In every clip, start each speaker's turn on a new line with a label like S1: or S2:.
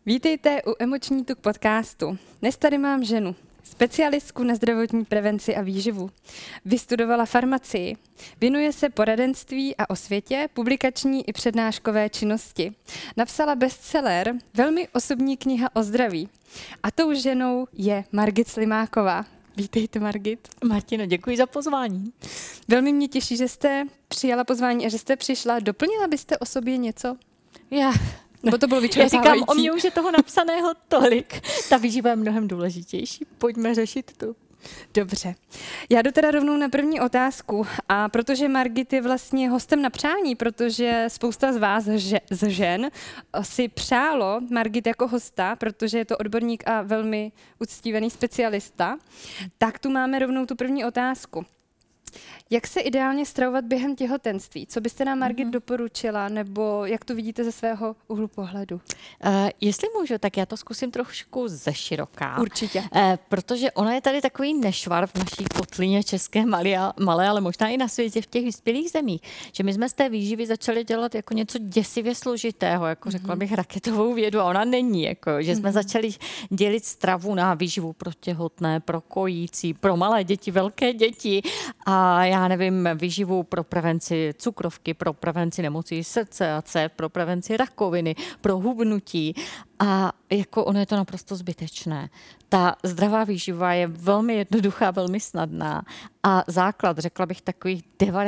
S1: Vítejte u Emoční tuk podcastu. Dnes tady mám ženu, specialistku na zdravotní prevenci a výživu. Vystudovala farmacii, věnuje se poradenství a osvětě, publikační i přednáškové činnosti. Napsala bestseller, velmi osobní kniha o zdraví. A tou ženou je Margit Slimáková. Vítejte, Margit.
S2: Martino, děkuji za pozvání.
S1: Velmi mě těší, že jste přijala pozvání a že jste přišla. Doplnila byste o sobě něco? Nebo to bylo vyčerpávající?
S2: Já říkám, o mě už je toho napsaného tolik. Ta výživa je mnohem důležitější. Pojďme řešit tu.
S1: Dobře. Já jdu teda rovnou na první otázku. A protože Margit je vlastně hostem na přání, protože spousta z vás, z žen, si přálo Margit jako hosta, protože je to odborník a velmi uctívaný specialista, tak tu máme rovnou tu první otázku. Jak se ideálně stravovat během těhotenství? Co byste nám, Margit, doporučila, nebo jak to vidíte ze svého úhlu pohledu?
S2: Jestli můžu, tak já to zkusím trošku ze široká.
S1: Určitě.
S2: Protože ona je tady takový nešvar v naší kotlině české malé, ale možná i na světě v těch vyspělých zemích, že my jsme z té výživy začali dělat jako něco děsivě složitého, jako řekla bych raketovou vědu, a ona není, jako, že jsme začali dělit stravu na výživu pro těhotné, pro kojící, pro malé děti, velké děti a já nevím, výživu pro prevenci cukrovky, pro prevenci nemocí srdce a cév, pro prevenci rakoviny, pro hubnutí. A jako ono je to naprosto zbytečné. Ta zdravá výživa je velmi jednoduchá, velmi snadná a základ, řekla bych, takových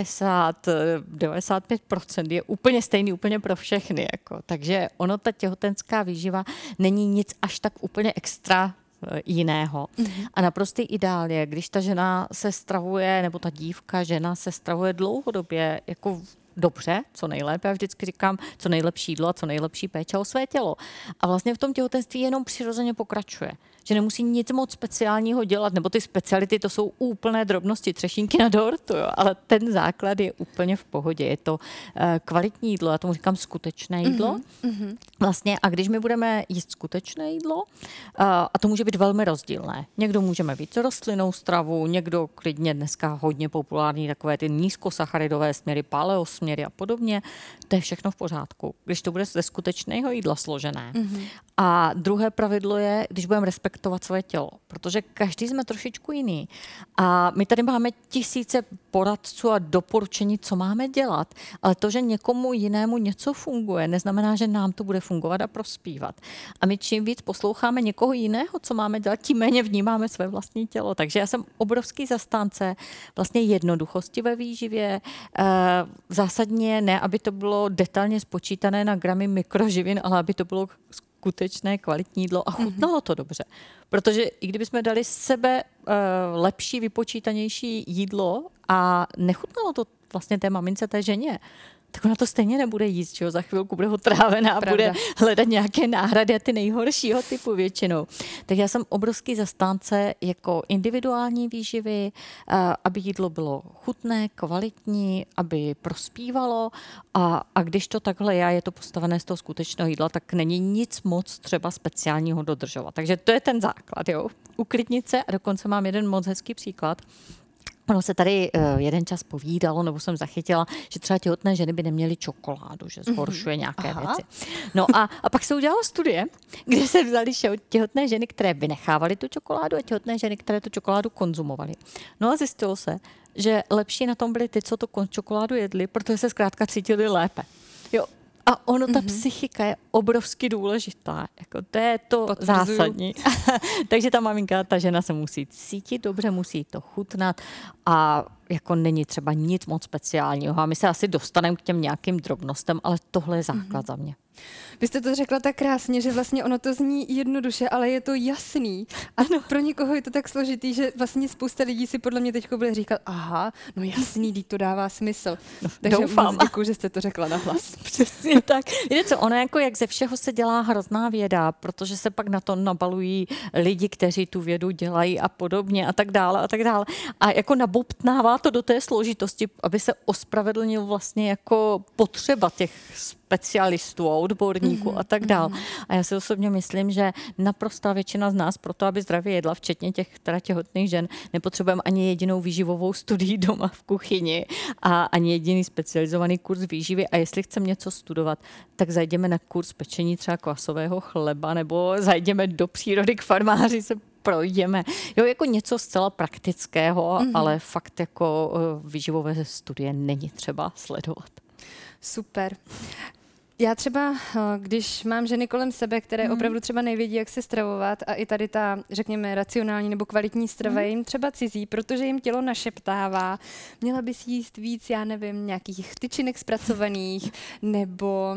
S2: 95% je úplně stejný, úplně pro všechny. Jako. Takže ono, ta těhotenská výživa není nic až tak úplně extra jiného. A naprostý ideál je, když ta žena se stravuje, nebo ta dívka, žena se stravuje dlouhodobě jako dobře, co nejlépe. Já vždycky říkám, co nejlepší jídlo a co nejlepší péče o své tělo. A vlastně v tom těhotenství jenom přirozeně pokračuje. Že nemusí nic moc speciálního dělat, nebo ty speciality, to jsou úplné drobnosti, třešínky na dortu, jo. Ale ten základ je úplně v pohodě. Je to kvalitní jídlo, já tomu říkám skutečné jídlo. Vlastně, a když my budeme jíst skutečné jídlo, a to může být velmi rozdílné. Někdo můžeme víc rostlinnou stravu, někdo klidně dneska hodně populární takové ty nízkosacharidové směry, paleo směry a podobně. To je všechno v pořádku, když to bude ze skutečného jídla složené. A druhé pravidlo je, když budeme respektovat své tělo, protože každý jsme trošičku jiný. A my tady máme tisíce poradců a doporučení, co máme dělat, ale to, že někomu jinému něco funguje, neznamená, že nám to bude fungovat a prospívat. A my čím víc posloucháme někoho jiného, co máme dělat, tím méně vnímáme své vlastní tělo. Takže já jsem obrovský zastánce vlastně jednoduchosti ve výživě. Zásadně ne, aby to bylo detailně spočítané na gramy mikroživin, ale aby to bylo skutečné kvalitní jídlo a chutnalo to dobře. Protože i kdybychom dali sebe lepší, vypočítanější jídlo a nechutnalo to vlastně té mamince, té ženě, tak ona to stejně nebude jíst, že jo? Za chvilku bude otrávená a bude hledat nějaké náhrady a ty nejhoršího typu většinou. Tak já jsem obrovský zastánce jako individuální výživy, aby jídlo bylo chutné, kvalitní, aby prospívalo a když to takhle je to postavené z toho skutečného jídla, tak není nic moc třeba speciálního dodržovat. Takže to je ten základ, jo? Uklidnit se a dokonce mám jeden moc hezký příklad. Ono se tady jeden čas povídalo, nebo jsem zachytila, že třeba těhotné ženy by neměly čokoládu, že zhoršuje nějaké věci. No a pak se udělala studie, kde se vzali těhotné ženy, které vynechávaly tu čokoládu a těhotné ženy, které tu čokoládu konzumovaly. No a zjistilo se, že lepší na tom byly ty, co tu čokoládu jedli, protože se zkrátka cítili lépe. Jo. A ono, ta psychika je obrovsky důležitá. Jako to je to zásadní. Takže ta maminka, ta žena se musí cítit dobře, musí to chutnat a jako není třeba nic moc speciálního. A my se asi dostaneme k těm nějakým drobnostem, ale tohle je základ za mě.
S1: Vy jste to řekla tak krásně, že vlastně ono to zní jednoduše, ale je to jasný. A pro někoho je to tak složitý, že vlastně spousta lidí si podle mě teď bude říkat, aha, no jasný, to dává smysl. Takže moc děkuji, že jste to řekla nahlas.
S2: Přesně tak. Víte co, ono jako jak ze všeho se dělá hrozná věda, protože se pak na to nabalují lidi, kteří tu vědu dělají a podobně a tak dále a tak dále. A jako nabobtnává Dává to do té složitosti, aby se ospravedlnil vlastně jako potřeba těch specialistů, odborníků a tak dál. A já si osobně myslím, že naprostá většina z nás pro to, aby zdravě jedla, včetně těch teda těhotných žen, nepotřebujeme ani jedinou výživovou studii doma v kuchyni a ani jediný specializovaný kurz výživy. A jestli chceme něco studovat, tak zajdeme na kurz pečení třeba kvasového chleba nebo zajdeme do přírody k farmáři, se projdeme. Jo, jako něco zcela praktického, ale fakt jako výživové studie není třeba sledovat.
S1: Super. Já třeba, když mám ženy kolem sebe, které opravdu třeba nevědí, jak se stravovat a i tady ta, řekněme, racionální nebo kvalitní strava je jim třeba cizí, protože jim tělo našeptává, měla bys jíst víc, já nevím, nějakých tyčinek zpracovaných nebo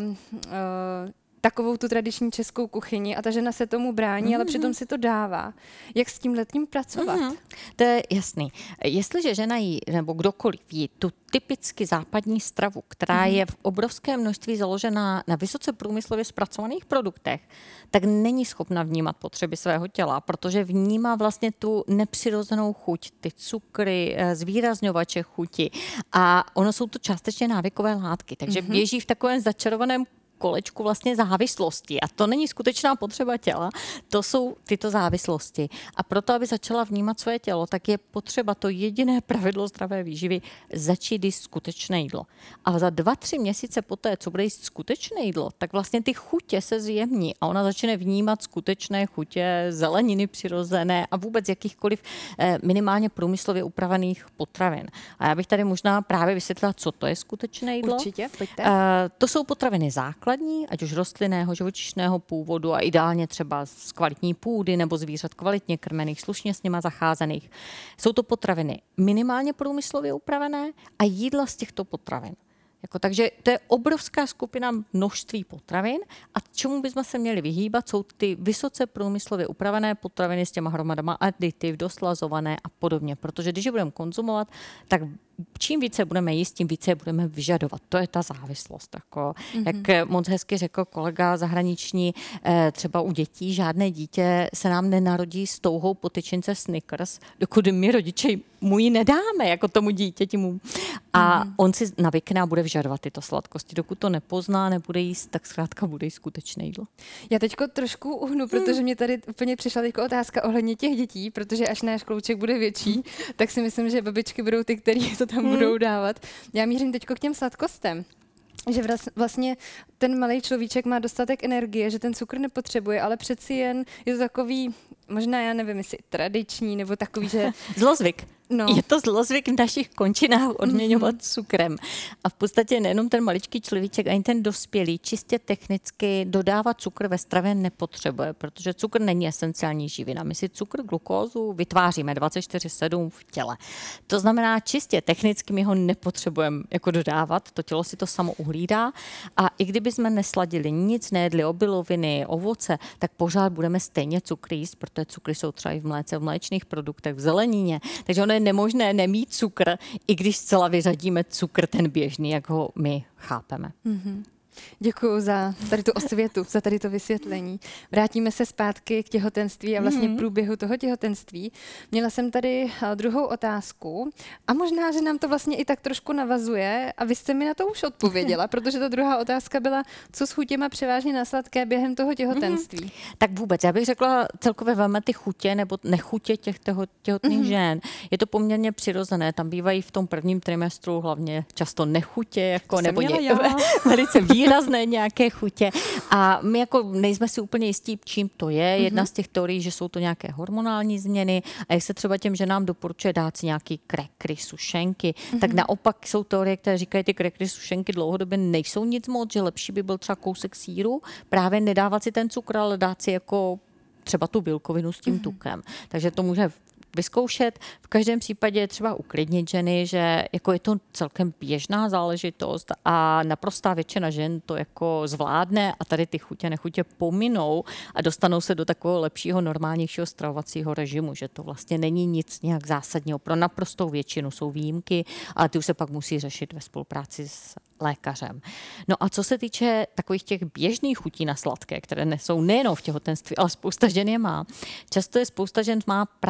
S1: takovou tu tradiční českou kuchyni a ta žena se tomu brání, ale přitom si to dává. Jak s tím letním pracovat?
S2: To je jasný. Jestliže žena jí, nebo kdokoliv jí tu typicky západní stravu, která je v obrovském množství založená na vysoce průmyslově zpracovaných produktech, tak není schopna vnímat potřeby svého těla, protože vnímá vlastně tu nepřirozenou chuť, ty cukry, zvýrazňovače chuti a ono jsou to částečně návykové látky, takže běží v takovém začarovaném kolečku vlastně závislosti. A to není skutečná potřeba těla, to jsou tyto závislosti. A proto, aby začala vnímat své tělo, tak je potřeba to jediné pravidlo zdravé výživy začít jíst skutečné jídlo. A za 2-3 měsíce poté, co bude jíst skutečné jídlo, tak vlastně ty chutě se zjemní a ona začne vnímat skutečné chutě zeleniny přirozené a vůbec jakýchkoliv minimálně průmyslově upravených potravin. A já bych tady možná právě vysvětlila, co to je skutečné jídlo.
S1: Určitě, pojďte.
S2: To jsou potraviny základní, ať už rostlinného, živočišného původu a ideálně třeba z kvalitní půdy nebo zvířat kvalitně krmených, slušně s nima zacházených. Jsou to potraviny minimálně průmyslově upravené a jídla z těchto potravin. Takže to je obrovská skupina množství potravin a čemu bychom se měli vyhýbat, jsou ty vysoce průmyslově upravené potraviny s těma hromadama aditiv, doslazované a podobně. Protože když je budeme konzumovat, tak čím více budeme jíst, tím více budeme vyžadovat. To je ta závislost. Jak moc hezky řekl kolega zahraniční, třeba u dětí, žádné dítě se nám nenarodí s touhou po tyčince Snickers, dokud my rodiče mu ji nedáme, jako tomu dítěti mu. A on si navykne a bude vyžadovat tyto sladkosti. Dokud to nepozná, nebude jíst, tak zkrátka bude jíst skutečné jídlo.
S1: Já teďko trošku uhnu, protože mě tady úplně přišla teďko otázka ohledně těch dětí, protože až náš klouček bude větší, tak si myslím, že babičky budou ty, který to tam budou dávat. Já mířím teďko k těm sladkostem. Že vlastně ten malý človíček má dostatek energie, že ten cukr nepotřebuje, ale přeci jen je to takový, možná já nevím, jestli tradiční, nebo takový, že...
S2: Zlozvyk.
S1: No.
S2: Je to zlozvyk v našich končinách odměňovat cukrem. A v podstatě nejenom ten maličký človíček, ani ten dospělý čistě technicky dodávat cukr ve stravě nepotřebuje, protože cukr není esenciální živina. My si cukr, glukózu vytváříme 24/7 v těle. To znamená, čistě technicky my ho nepotřebujeme jako dodávat, to tělo si to samo uhlídá a i kdyby jsme nesladili nic, nejedli obiloviny, ovoce, tak pořád budeme stejně cukr jíst, protože cukry jsou třeba i v mléce, v mléčných produktech, v zelenině. Takže ono je nemožné nemít cukr, i když zcela vyřadíme cukr ten běžný, jak ho my chápeme.
S1: Děkuji za tady tu osvětu, za tady to vysvětlení. Vrátíme se zpátky k těhotenství a vlastně průběhu toho těhotenství. Měla jsem tady druhou otázku a možná, že nám to vlastně i tak trošku navazuje a vy jste mi na to už odpověděla, protože ta druhá otázka byla, co s chutěma převážně na sladké během toho těhotenství.
S2: Tak vůbec, já bych řekla celkově velmi ty chutě nebo nechutě těch těhotných žen. Je to poměrně přirozené, tam bývají v tom prvním trimestru hlavně často nechutě, jako nebo velice výrazné nějaké chutě. A my jako nejsme si úplně jistí, čím to je. Jedna z těch teorií, že jsou to nějaké hormonální změny a jak se třeba těm ženám doporučuje dát si nějaký krekry, sušenky, tak naopak jsou teorie, které říkají, ty krekry, sušenky dlouhodobě nejsou nic moc, že lepší by byl třeba kousek sýru, právě nedávat si ten cukr, ale dát si jako třeba tu bílkovinu s tím tukem. Takže to může vyzkoušet. V každém případě je třeba uklidnit ženy, že jako je to celkem běžná záležitost a naprostá většina žen to jako zvládne a tady ty chutě nechutě pominou a dostanou se do takového lepšího, normálnějšího stravovacího režimu, že to vlastně není nic nějak zásadního. Pro naprostou většinu jsou výjimky, ale ty už se pak musí řešit ve spolupráci s lékařem. No a co se týče takových těch běžných chutí na sladké, které jsou nejenom v těhotenství, ale spousta žen je má. Často je spousta žen má právě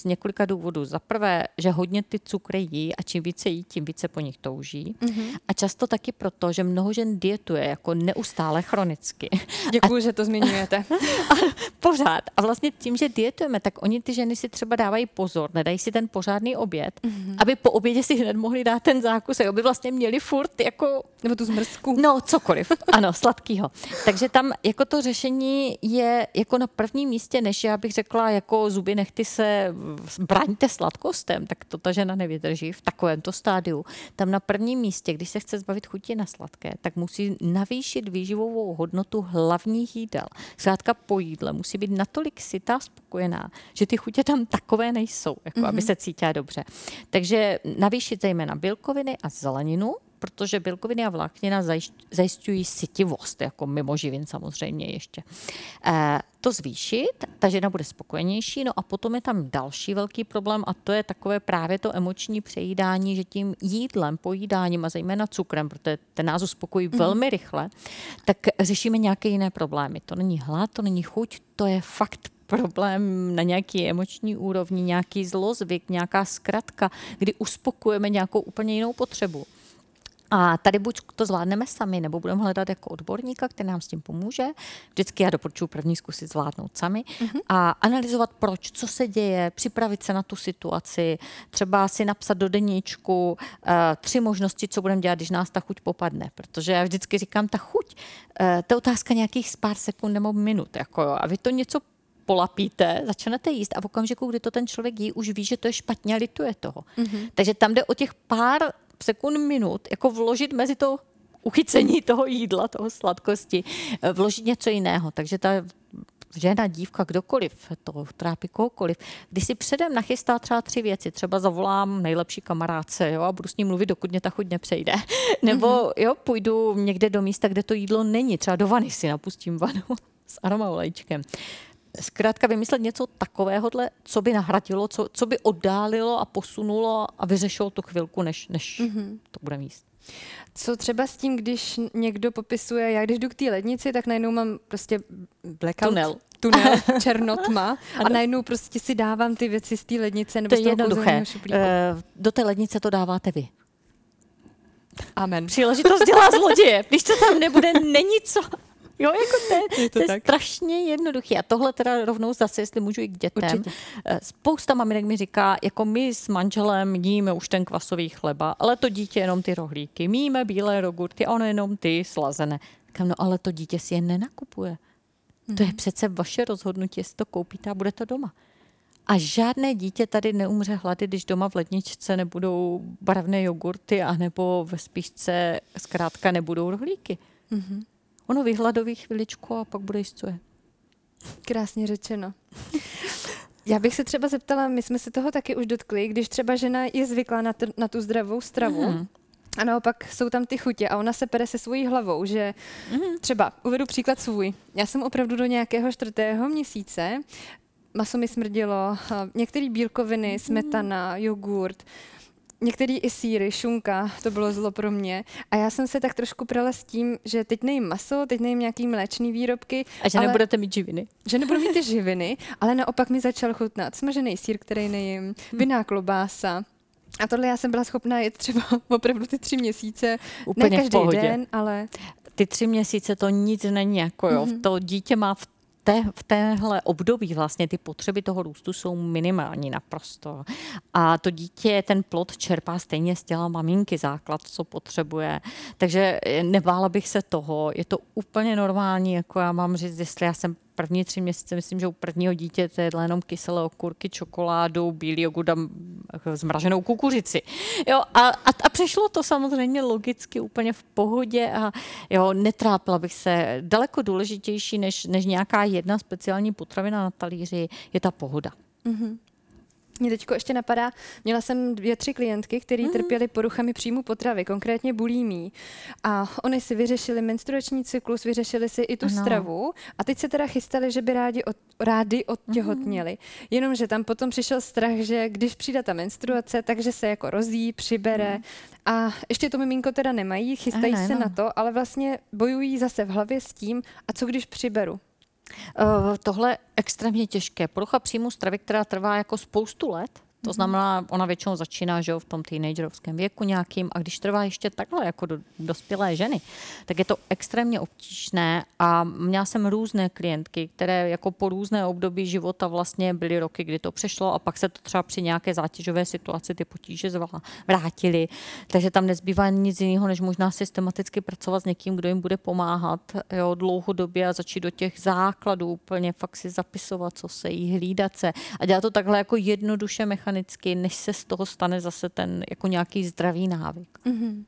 S2: z několika důvodů. Za prvé, že hodně ty cukry jí a čím více jí, tím více po nich touží. A často taky proto, že mnoho žen dietuje jako neustále chronicky.
S1: Děkuju, že to zmiňujete.
S2: Pořád. A vlastně tím, že dietujeme, tak oni ty ženy si třeba dávají pozor, nedají si ten pořádný oběd, aby po obědě si hned mohli dát ten zákus, aby vlastně měli furt jako...
S1: Nebo tu zmrzku.
S2: No, cokoliv. Ano, sladkýho. Takže tam jako to řešení je jako na prvním místě, než já bych řekla, jako zuby nechty se, braňte sladkostem, tak to ta žena nevydrží v takovémto stádiu. Tam na prvním místě, když se chce zbavit chuti na sladké, tak musí navýšit výživovou hodnotu hlavních jídel. Zkrátka po jídle musí být natolik sytá, spokojená, že ty chutě tam takové nejsou, jako aby se cítila dobře. Takže navýšit zejména bílkoviny a zeleninu, protože bílkoviny a vláknina zajišťují sytivost, jako mimo živin samozřejmě ještě. To zvýšit, ta žena bude spokojenější, no a potom je tam další velký problém a to je takové právě to emoční přejídání, že tím jídlem, pojídáním a zejména cukrem, protože ten nás uspokojí velmi rychle, tak řešíme nějaké jiné problémy. To není hlad, to není chuť, to je fakt problém na nějaký emoční úrovni, nějaký zlozvyk, nějaká zkratka, kdy uspokojujeme nějakou úplně jinou potřebu. A tady buď to zvládneme sami, nebo budeme hledat jako odborníka, který nám s tím pomůže. Vždycky já doporučuji první zkusit zvládnout sami a analyzovat proč, co se děje, připravit se na tu situaci, třeba si napsat do deníčku 3 možnosti, co budeme dělat, když nás ta chuť popadne. Protože já vždycky říkám, ta chuť, to je otázka nějakých pár sekund nebo minut. Jako jo, a vy to něco polapíte, začnete jíst a v okamžiku, kdy to ten člověk jí, už ví, že to je špatně a lituje toho. Takže tam jde o těch pár sekund, minut, jako vložit mezi to uchycení toho jídla, toho sladkosti, vložit něco jiného. Takže ta žena, dívka, kdokoliv, to trápí kohokoliv. Když si předem nachystá třeba 3 věci, třeba zavolám nejlepší kamarádce, jo, a budu s ním mluvit, dokud mě ta chuť nepřejde. Nebo jo, půjdu někde do místa, kde to jídlo není, třeba do vany si napustím vanu s aromaolejčkem. Zkrátka vymyslet něco takovéhodle, co by nahradilo, co by oddálilo a posunulo a vyřešilo tu chvilku, než to bude jíst.
S1: Co třeba s tím, když někdo popisuje, já když jdu k té lednici, tak najednou mám prostě blackout. Tunel, černotma a najednou prostě si dávám ty věci z té lednice nebo z toho kouzelného šuplíku.
S2: Do té lednice to dáváte vy.
S1: Amen.
S2: Příležitost dělá zloděje. Když to tam nebude, není co. Jo, jako to je strašně jednoduchý. A tohle teda rovnou zase, jestli můžu i k dětem.
S1: Určitě.
S2: Spousta maminek mi říká, jako my s manželem jíme už ten kvasový chleba, ale to dítě jenom ty rohlíky. My jíme bílé jogurty a ono jenom ty slazené. Říkám, no ale to dítě si je nenakupuje. To je přece vaše rozhodnutí, jestli to koupíte a bude to doma. A žádné dítě tady neumře hlady, když doma v ledničce nebudou barevné jogurty anebo ve spíšce zkrátka nebudou rohlíky. Ono vyhladoví chviličku a pak bude jíst, co je.
S1: Krásně řečeno. Já bych se třeba zeptala, my jsme se toho taky už dotkli, když třeba žena je zvyklá na tu zdravou stravu a naopak jsou tam ty chutě a ona se pere se svojí hlavou, že třeba, uvedu příklad svůj, já jsem opravdu do nějakého 4. měsíce, maso mi smrdilo, některé bílkoviny, smetana, jogurt, některý i sýry, šunka, to bylo zlo pro mě. A já jsem se tak trošku prala s tím, že teď nejím maso, teď nejím nějaký mléčný výrobky.
S2: A že nebudete mít živiny.
S1: Že nebudu mít ty živiny, ale naopak mi začal chutnat smažený sýr, který nejím, vinná klobása. A tohle já jsem byla schopná jet třeba opravdu ty 3 měsíce.
S2: Úplně
S1: ne každý
S2: v pohodě.
S1: den, ale...
S2: Ty 3 měsíce to nic není, jako jo. To dítě má v téhle období vlastně ty potřeby toho růstu jsou minimální naprosto. A to dítě, ten plod čerpá stejně z těla maminky základ, co potřebuje. Takže nebála bych se toho. Je to úplně normální, jako já mám říct, jestli já jsem první 3 měsíce, myslím, že u prvního dítěte jedla jenom kyselé okurky, čokoládu, bílý jogurt a zmraženou kukuřici. Jo, a přešlo to samozřejmě logicky úplně v pohodě a jo, netrápila bych se. Daleko důležitější než nějaká jedna speciální potravina na talíři je ta pohoda.
S1: Mě teďko ještě napadá, měla jsem 2-3 klientky, které trpěly poruchami příjmu potravy, konkrétně bulímí. A oni si vyřešili menstruační cyklus, vyřešili si i tu stravu a teď se teda chystali, že by rádi odtěhotněli. Jenomže tam potom přišel strach, že když přijde ta menstruace, takže se jako rozjí, přibere. A ještě to miminko teda nemají, chystají se na to, ale vlastně bojují zase v hlavě s tím, a co když přiberu?
S2: Tohle je extrémně těžké. Porucha příjmu stravy, která trvá jako spoustu let, to znamená, ona většinou začíná, že jo, v tom teenagerovském věku nějakým a když trvá ještě takhle jako do dospělé ženy, tak je to extrémně obtížné a měla jsem různé klientky, které jako po různé období života vlastně byly roky, kdy to přešlo a pak se to třeba při nějaké zátěžové situaci ty potíže vrátily. Takže tam nezbývá nic jiného, než možná systematicky pracovat s někým, kdo jim bude pomáhat, jo, dlouhodobě a začít do těch základů úplně fakt si zapisovat, co se jí, hlídat se a dělat to takhle jako jednoduše mechanicky, než se z toho stane zase ten jako nějaký zdravý návyk.
S1: Mm-hmm.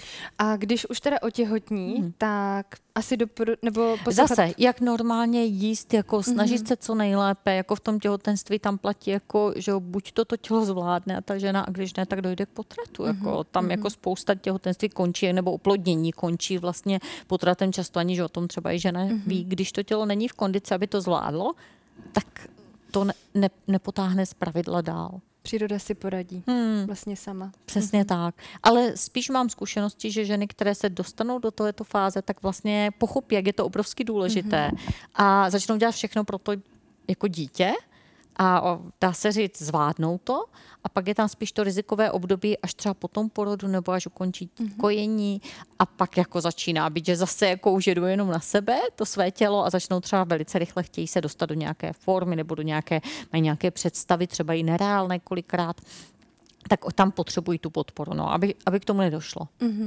S1: A když už teda otěhotní, tak asi nebo poslouchat...
S2: Zase, jak normálně jíst, jako snažit se co nejlépe, jako v tom těhotenství tam platí, jako, že buď to tělo zvládne a ta žena, a když ne, tak dojde k potratu. Jako, tam jako spousta těhotenství končí, nebo oplodnění končí vlastně potratem často ani, že o tom třeba i žena ví, když to tělo není v kondici, aby to zvládlo, tak to nepotáhne z pravidla dál.
S1: Příroda si poradí vlastně sama.
S2: Přesně tak. Ale spíš mám zkušenosti, že ženy, které se dostanou do této fáze, tak vlastně pochopí, jak je to obrovsky důležité a začnou dělat všechno pro to jako dítě a dá se říct, zvládnou to a pak je tam spíš to rizikové období až třeba po tom porodu nebo až ukončí kojení a pak jako začíná být, že zase jako už jedu jenom na sebe, to své tělo a začnou třeba velice rychle chtějí se dostat do nějaké formy nebo mají nějaké představy, třeba i nereálné kolikrát, tak tam potřebují tu podporu, no, aby k tomu nedošlo.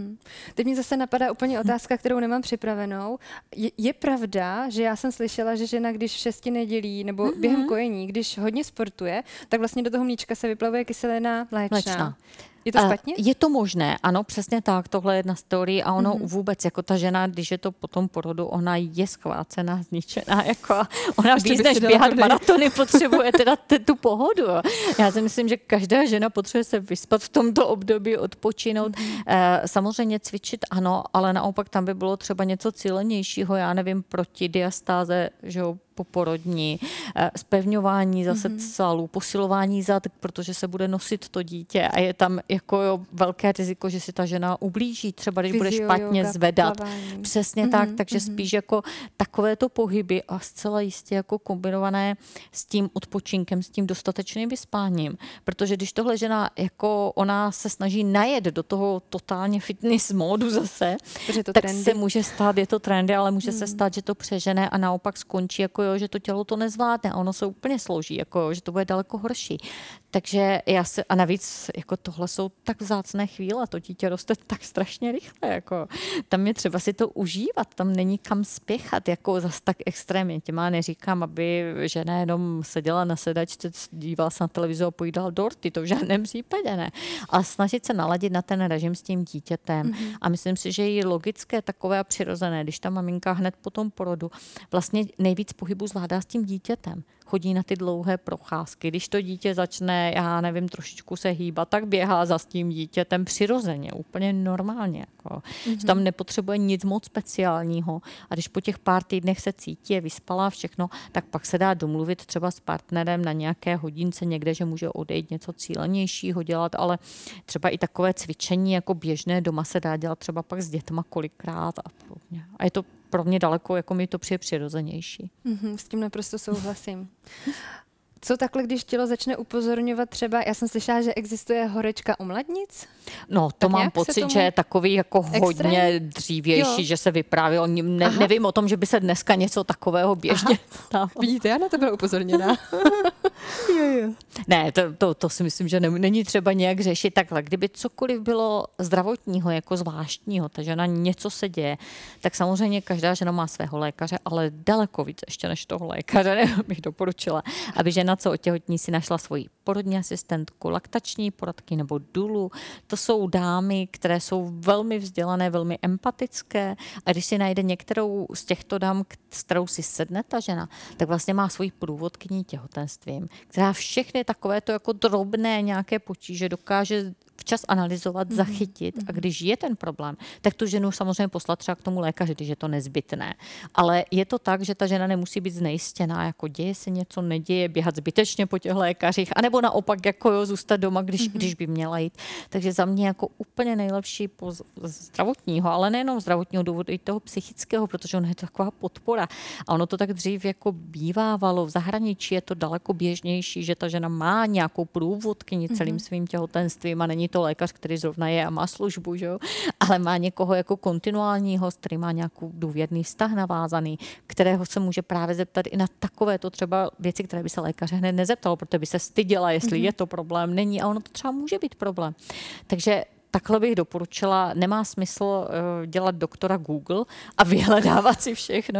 S1: Teď mi zase napadá úplně otázka, kterou nemám připravenou. Je pravda, že já jsem slyšela, že žena, když v 6 nedělí nebo během kojení, když hodně sportuje, tak vlastně do toho mlíčka se vyplavuje kyselina mléčná. Je to špatně?
S2: Je to možné, ano, přesně tak, tohle je jedna z teorií a ono vůbec, jako ta žena, když je to po tom porodu, ona je schvácená, zničená, jako ona víc než běhat maratony potřebuje teda tu pohodu. Já si myslím, že každá žena potřebuje se vyspat v tomto období, odpočinout. Samozřejmě cvičit ano, ale naopak tam by bylo třeba něco cílenějšího, já nevím, proti diastáze, že jo, poporodní, zpevňování zase svalů, posilování zad, protože se bude nosit to dítě a je tam jako velké riziko, že si ta žena ublíží, třeba když bude špatně zvedat. Plavání. Přesně tak, takže spíš jako takovéto pohyby a zcela jistě jako kombinované s tím odpočinkem, s tím dostatečným vyspáním, protože když tohle žena jako ona se snaží najet do toho totálně fitness módu zase, tak trendy. Se může stát, je to trendy, ale může se stát, že to přežene a naopak skončí jako jo, že to tělo to nezvládne a ono se úplně složí, jako jo, že to bude daleko horší. Takže a navíc jako tohle jsou tak vzácné chvíle, to dítě roste tak strašně rychle, jako tam je třeba si to užívat, tam není kam spěchat, jako zas tak extrémně. Těm neříkám, aby žena jenom seděla na sedačce, dívala se na televizi a pojídala dorty, to v žádném případě ne. Ale snažit se naladit na ten režim s tím dítětem. A myslím si, že je logické, takové a přirozené, když ta maminka hned po tom porodu vlastně nejvíc pohybu zvládá s tím dítětem. Chodí na ty dlouhé procházky. Když to dítě začne, já nevím, trošičku se hýbat, tak běhá za tím dítětem přirozeně, úplně normálně. Jako. Že tam nepotřebuje nic moc speciálního. A když po těch pár týdnech se cítí, je vyspalá všechno, tak pak se dá domluvit třeba s partnerem na nějaké hodince někde, že může odejít něco cílenějšího dělat, ale třeba i takové cvičení jako běžné doma se dá dělat třeba pak s dětma kolikrát a podobně. A je to pro mě daleko, jako mi to přijde přirozenější.
S1: S tím naprosto souhlasím. Co takhle, když tělo začne upozorňovat třeba, já jsem slyšela, že existuje horečka u mladnic?
S2: No, to mám pocit, že je takový jako hodně dřívější, že se vyprávělo. Nevím o tom, že by se dneska něco takového běžně stalo.
S1: Vidíte, já na to byla upozorněná.
S2: jo. Ne, to si myslím, že není třeba nějak řešit takhle. Kdyby cokoliv bylo zdravotního, jako zvláštního, takže na něco se děje, tak samozřejmě každá žena má svého lékaře, ale daleko víc ještě než toho lékaře, bych doporučila, aby žena, co otěhotní, si našla svoji porodní asistentku, laktační poradky nebo dulu. To jsou dámy, které jsou velmi vzdělané, velmi empatické a když si najde některou z těchto dám, s kterou si sedne ta žena, tak vlastně má svoji průvodkyní těhotenstvím, která všechny takovéto jako drobné nějaké potíže dokáže v včas analyzovat, zachytit a když je ten problém, tak tu ženu samozřejmě poslat třeba k tomu lékaři, když je to nezbytné. Ale je to tak, že ta žena nemusí být znejistěná, jako děje se něco, neděje, běhat zbytečně po těch lékařích, anebo naopak jako zůstat doma, když by měla jít. Takže za mě jako úplně nejlepší zdravotního, ale nejenom zdravotního důvodu, i toho psychického, protože ono je to taková podpora. A ono to tak dřív jako bývávalo. V zahraničí je to daleko běžnější, že ta žena má nějakou průvodkyni celým svým těhotenstvím a není to lékař, který zrovna je a má službu, že jo? Ale má někoho jako kontinuálního, s kterým má nějakou důvěrný vztah navázaný, kterého se může právě zeptat i na takovéto třeba věci, které by se lékaře hned nezeptalo, protože by se styděla, jestli je to problém, není a ono to třeba může být problém. Takže takhle bych doporučila, nemá smysl dělat doktora Google a vyhledávat si všechno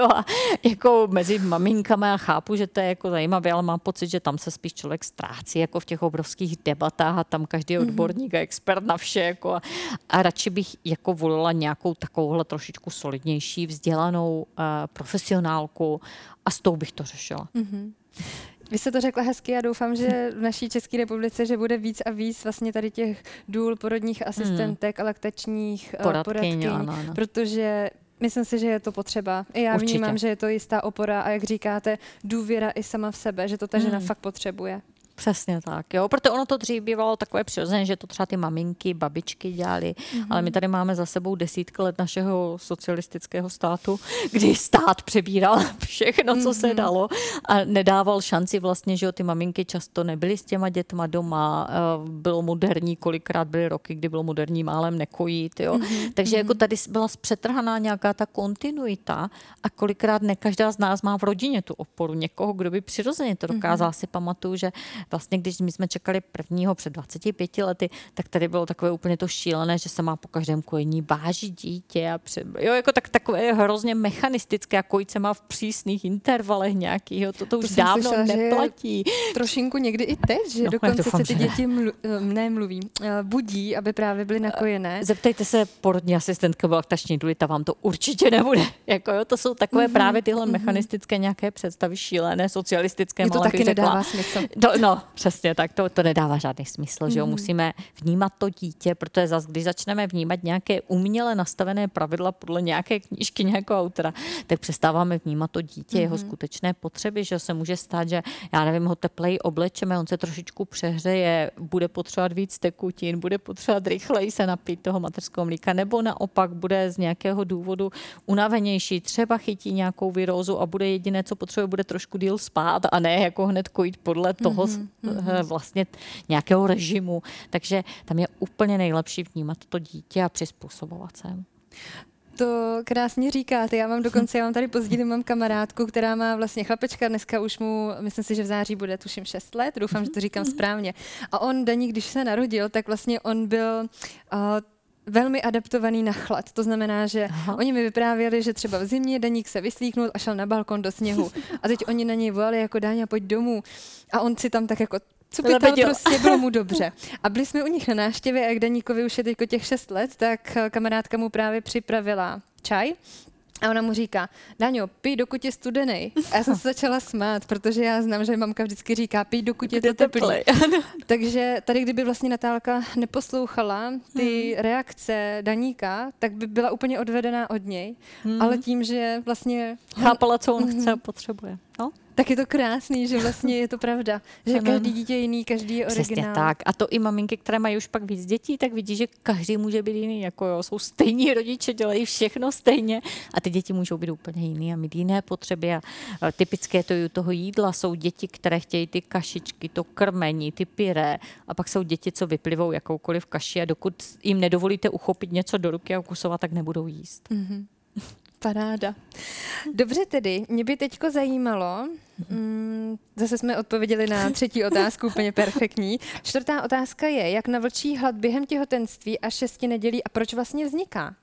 S2: jako mezi maminkami a chápu, že to je jako zajímavé, ale mám pocit, že tam se spíš člověk ztrácí jako v těch obrovských debatách a tam každý je odborník a expert na vše jako a radši bych jako volila nějakou takovouhle trošičku solidnější, vzdělanou profesionálku a s tou bych to řešila.
S1: Vy jste to řekla hezky, já doufám, že v naší České republice, že bude víc a víc vlastně tady těch důl, porodních asistentek a laktačních poradkyň, ano. Protože myslím si, že je to potřeba. I já vnímám, že je to jistá opora a jak říkáte, důvěra i sama v sebe, že to ta žena fakt potřebuje.
S2: Přesně tak, jo, protože ono to dřív bývalo takové přirozené, že to třeba ty maminky, babičky dělali, ale my tady máme za sebou desítky let našeho socialistického státu, kdy stát přebíral všechno, co se dalo a nedával šanci vlastně, že jo, ty maminky často nebyly s těma dětma doma, bylo moderní, kolikrát byly roky, kdy bylo moderní málem nekojit, jo, takže jako tady byla zpřetrhaná nějaká ta kontinuita a kolikrát ne každá z nás má v rodině tu oporu, někoho, kdo by přirozeně to dokázal, si pamatuju, že vlastně, když my jsme čekali prvního před 25 lety, tak tady bylo takové úplně to šílené, že se má po každém kojení vážit dítě a jo, jako takové hrozně mechanistické a kojit se má v přísných intervalech nějakýho, to už dávno slyšela, neplatí.
S1: Trošinku někdy i teď, že dokonce se ty děti budí, aby právě byly nakojené.
S2: Zeptejte se porodní asistentky nebo laktační důly, ta vám to určitě nebude. Jako, jo, to jsou takové právě tyhle mechanistické nějaké představy šílené, socialistické.
S1: To taky nedává smysl.
S2: No, přesně tak, to nedává žádný smysl, že jo, musíme vnímat to dítě, protože zase, když začneme vnímat nějaké uměle nastavené pravidla podle nějaké knížky, nějakého autora, tak přestáváme vnímat to dítě, jeho skutečné potřeby, že se může stát, že já nevím, ho tepleji oblečeme, on se trošičku přehřeje, bude potřebovat víc tekutin, bude potřebovat rychleji se napít toho mateřského mlíka, nebo naopak bude z nějakého důvodu unavenější, třeba chytí nějakou virózu a bude jediné, co potřebuje, bude trošku díl spát a ne jako hned kojit podle toho vlastně nějakého režimu. Takže tam je úplně nejlepší vnímat to dítě a přizpůsobovat se.
S1: To krásně říkáte. Já mám tady pozdílím, mám kamarádku, která má vlastně chlapečka, dneska už mu, myslím si, že v září bude tuším 6 let, doufám, že to říkám správně. A on, Daník, když se narodil, tak vlastně on byl velmi adaptovaný na chlad. To znamená, že oni mi vyprávěli, že třeba v zimě Daník se vyslíknul a šel na balkon do sněhu. A teď oni na něj volali jako Dáňa, pojď domů. A on si tam tak jako cupital, prostě bylo mu dobře. A byli jsme u nich na návštěvě a jak Daníkovi už je teď těch 6 let, tak kamarádka mu právě připravila čaj. A ona mu říká, Daňo, pij, dokud je studenej. A já jsem se začala smát, protože já znám, že mamka vždycky říká, pij, dokud je to teplý. Takže tady, kdyby vlastně Natálka neposlouchala ty reakce Daníka, tak by byla úplně odvedená od něj. Ale tím, že vlastně
S2: chápala, co on chce a potřebuje. No?
S1: Tak je to krásný, že vlastně je to pravda, že každý dítě je jiný, každý je originál.
S2: Přesně tak. A to i maminky, které mají už pak víc dětí, tak vidí, že každý může být jiný. Jako jo, jsou stejní rodiče, dělají všechno stejně a ty děti můžou být úplně jiný a mít jiné potřeby. A typické to i u toho jídla jsou děti, které chtějí ty kašičky, to krmení, ty pyré a pak jsou děti, co vyplivou jakoukoliv kaši a dokud jim nedovolíte uchopit něco do ruky a ukusovat, tak nebudou jíst.
S1: Paráda. Dobře tedy, mě by teďko zajímalo, zase jsme odpověděli na 3. otázku, úplně perfektní. 4. otázka je, jak na vlčí hlad během těhotenství a 6 nedělí a proč vlastně vzniká?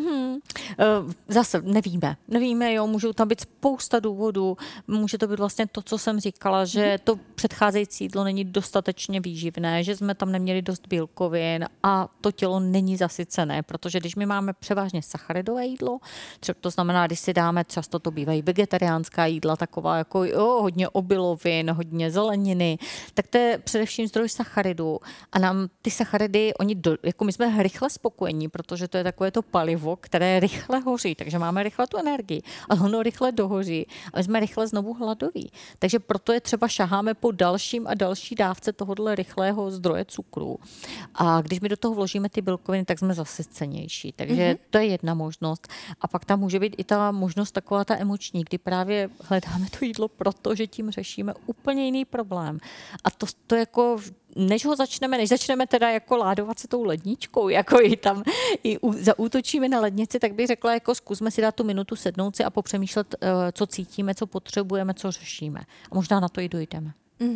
S2: Zase nevíme, jo, můžou tam být spousta důvodů, může to být vlastně to, co jsem říkala, že to předcházející jídlo není dostatečně výživné, že jsme tam neměli dost bílkovin a to tělo není zasycené, protože když my máme převážně sacharidové jídlo, třeba to znamená, když si dáme, často to bývají vegetariánská jídla, taková jako jo, hodně obilovin, hodně zeleniny, tak to je především zdroj sacharidů. A nám ty sacharidy, jako my jsme rychle spokojení, protože to je takové to palivo, které rychle hoří, takže máme rychle tu energii, ale ono rychle dohoří a my jsme rychle znovu hladoví. Takže proto je třeba šaháme po dalším a další dávce tohohle rychlého zdroje cukru. A když my do toho vložíme ty bílkoviny, tak jsme zase cenější. Takže to je jedna možnost. A pak tam může být i ta možnost taková ta emoční, kdy právě hledáme to jídlo proto, že tím řešíme úplně jiný problém. A to jako než začneme teda jako ládovat se tou ledničkou, jako i tam zaútočíme na lednici, tak bych řekla, jako zkusme si dát tu minutu sednout si a popřemýšlet, co cítíme, co potřebujeme, co řešíme. A možná na to i dojdeme.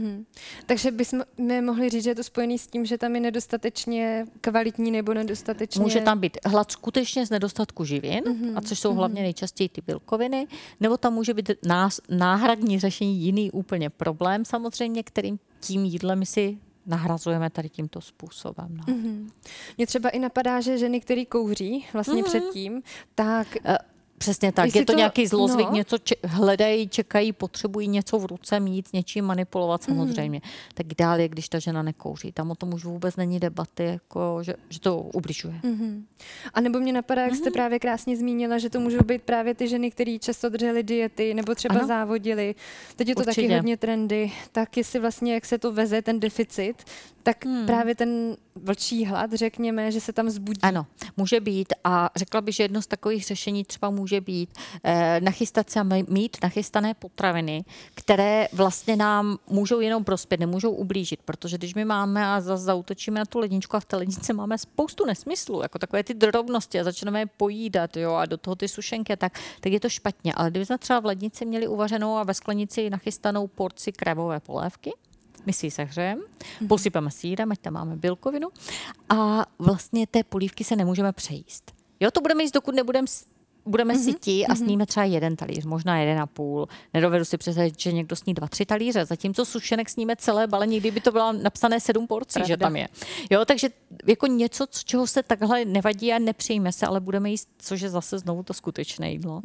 S1: Takže bychom mohli říct, že je to spojený s tím, že tam je nedostatečně kvalitní nebo nedostatečně...
S2: Může tam být hlad skutečně z nedostatku živin, a což jsou hlavně nejčastěji ty bílkoviny, nebo tam může být náhradní řešení jiný úplně problém samozřejmě, kterým tím jídlem si nahrazujeme tady tímto způsobem. No.
S1: Mně třeba i napadá, že ženy, které kouří vlastně předtím, tak...
S2: Přesně tak, je to nějaký zlozvyk, něco hledají, čekají, potřebují něco v ruce mít, něčím manipulovat samozřejmě. Tak dál je, když ta žena nekouří. Tam o tom už vůbec není debaty, jako, že to ubližuje.
S1: A nebo mě napadá, jak jste právě krásně zmínila, že to můžou být právě ty ženy, které často držely diety nebo třeba závodily. Teď je to taky hodně trendy. Tak jestli vlastně, jak se to veze, ten deficit, tak právě ten vlčí hlad, řekněme, že se tam zbudí.
S2: Ano, může být a řekla bych, že jedno z takových řešení třeba může být nachystat se a mít nachystané potraviny, které vlastně nám můžou jenom prospět, nemůžou ublížit, protože když my máme a zase zaútočíme na tu ledničku a v té lednici máme spoustu nesmyslů, jako takové ty drobnosti a začneme je pojídat, jo, a do toho ty sušenky, tak je to špatně. Ale kdybychom třeba v lednici měli uvařenou a ve sklenici nachystanou porci krémové polévky, my si ji sehřejeme, posypeme sýrem, ať tam máme bílkovinu a vlastně té polívky se nemůžeme přejíst. Jo, to budeme jíst, dokud budeme sytí a sníme třeba 1 talíř, možná 1,5. Nedovedu si představit, že někdo sní 2-3 talíře, zatímco sušenek sníme celé balení, kdyby to bylo napsané 7 porcí, pravda, že tam je. Jo, takže jako něco, čeho se takhle nevadí a nepřijme se, ale budeme jíst, což je zase znovu to skutečné jídlo.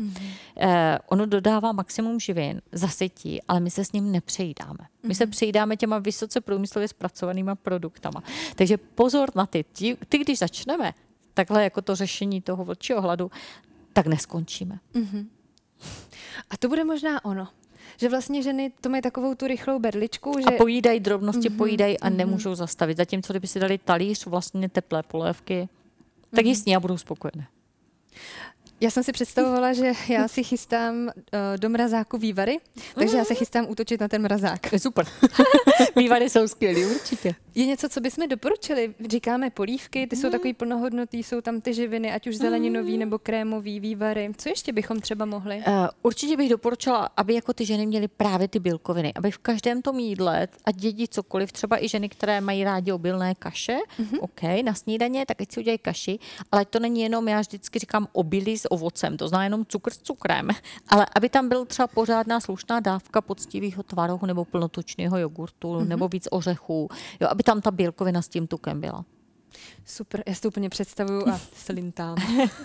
S2: Ono dodává maximum živin, zasytí, ale my se s ním nepřejídáme. My se přejídáme těma vysoce průmyslově zpracovanýma produktama. Takže pozor na ty, když začneme takhle jako to řešení toho vlčího hladu, tak neskončíme.
S1: A to bude možná ono. Že vlastně ženy to mají takovou tu rychlou berličku. Že...
S2: A pojídají drobnosti, pojídají a nemůžou zastavit. Zatímco, kdyby si dali talíř vlastně teplé polévky, tak jistně a budou spokojené. Já
S1: jsem si představovala, že já si chystám do mrazáku vývary, takže já se chystám útočit na ten mrazák.
S2: Super. Vývary jsou skvělý, určitě.
S1: Je něco, co bychom doporučili? Říkáme polívky, ty jsou takový plnohodnotný, jsou tam ty živiny, ať už zeleninový nebo krémový vývary. Co ještě bychom třeba mohli?
S2: Určitě bych doporučila, aby jako ty ženy měly právě ty bílkoviny, aby v každém tom jídle, ať jedí cokoliv, třeba i ženy, které mají rádi obilné kaše, na snídaně, tak ať si udělají kaši, ale to není jenom, já vždycky říkám obilí s ovocem, to znamená jenom cukr s cukrem, ale aby tam byl třeba pořádná slušná dávka poctivého tvarohu nebo plnotučného jogurtu nebo víc ořechů, jo, aby tam ta bílkovina s tím tukem byla.
S1: Super, já si to úplně představuju a slintám.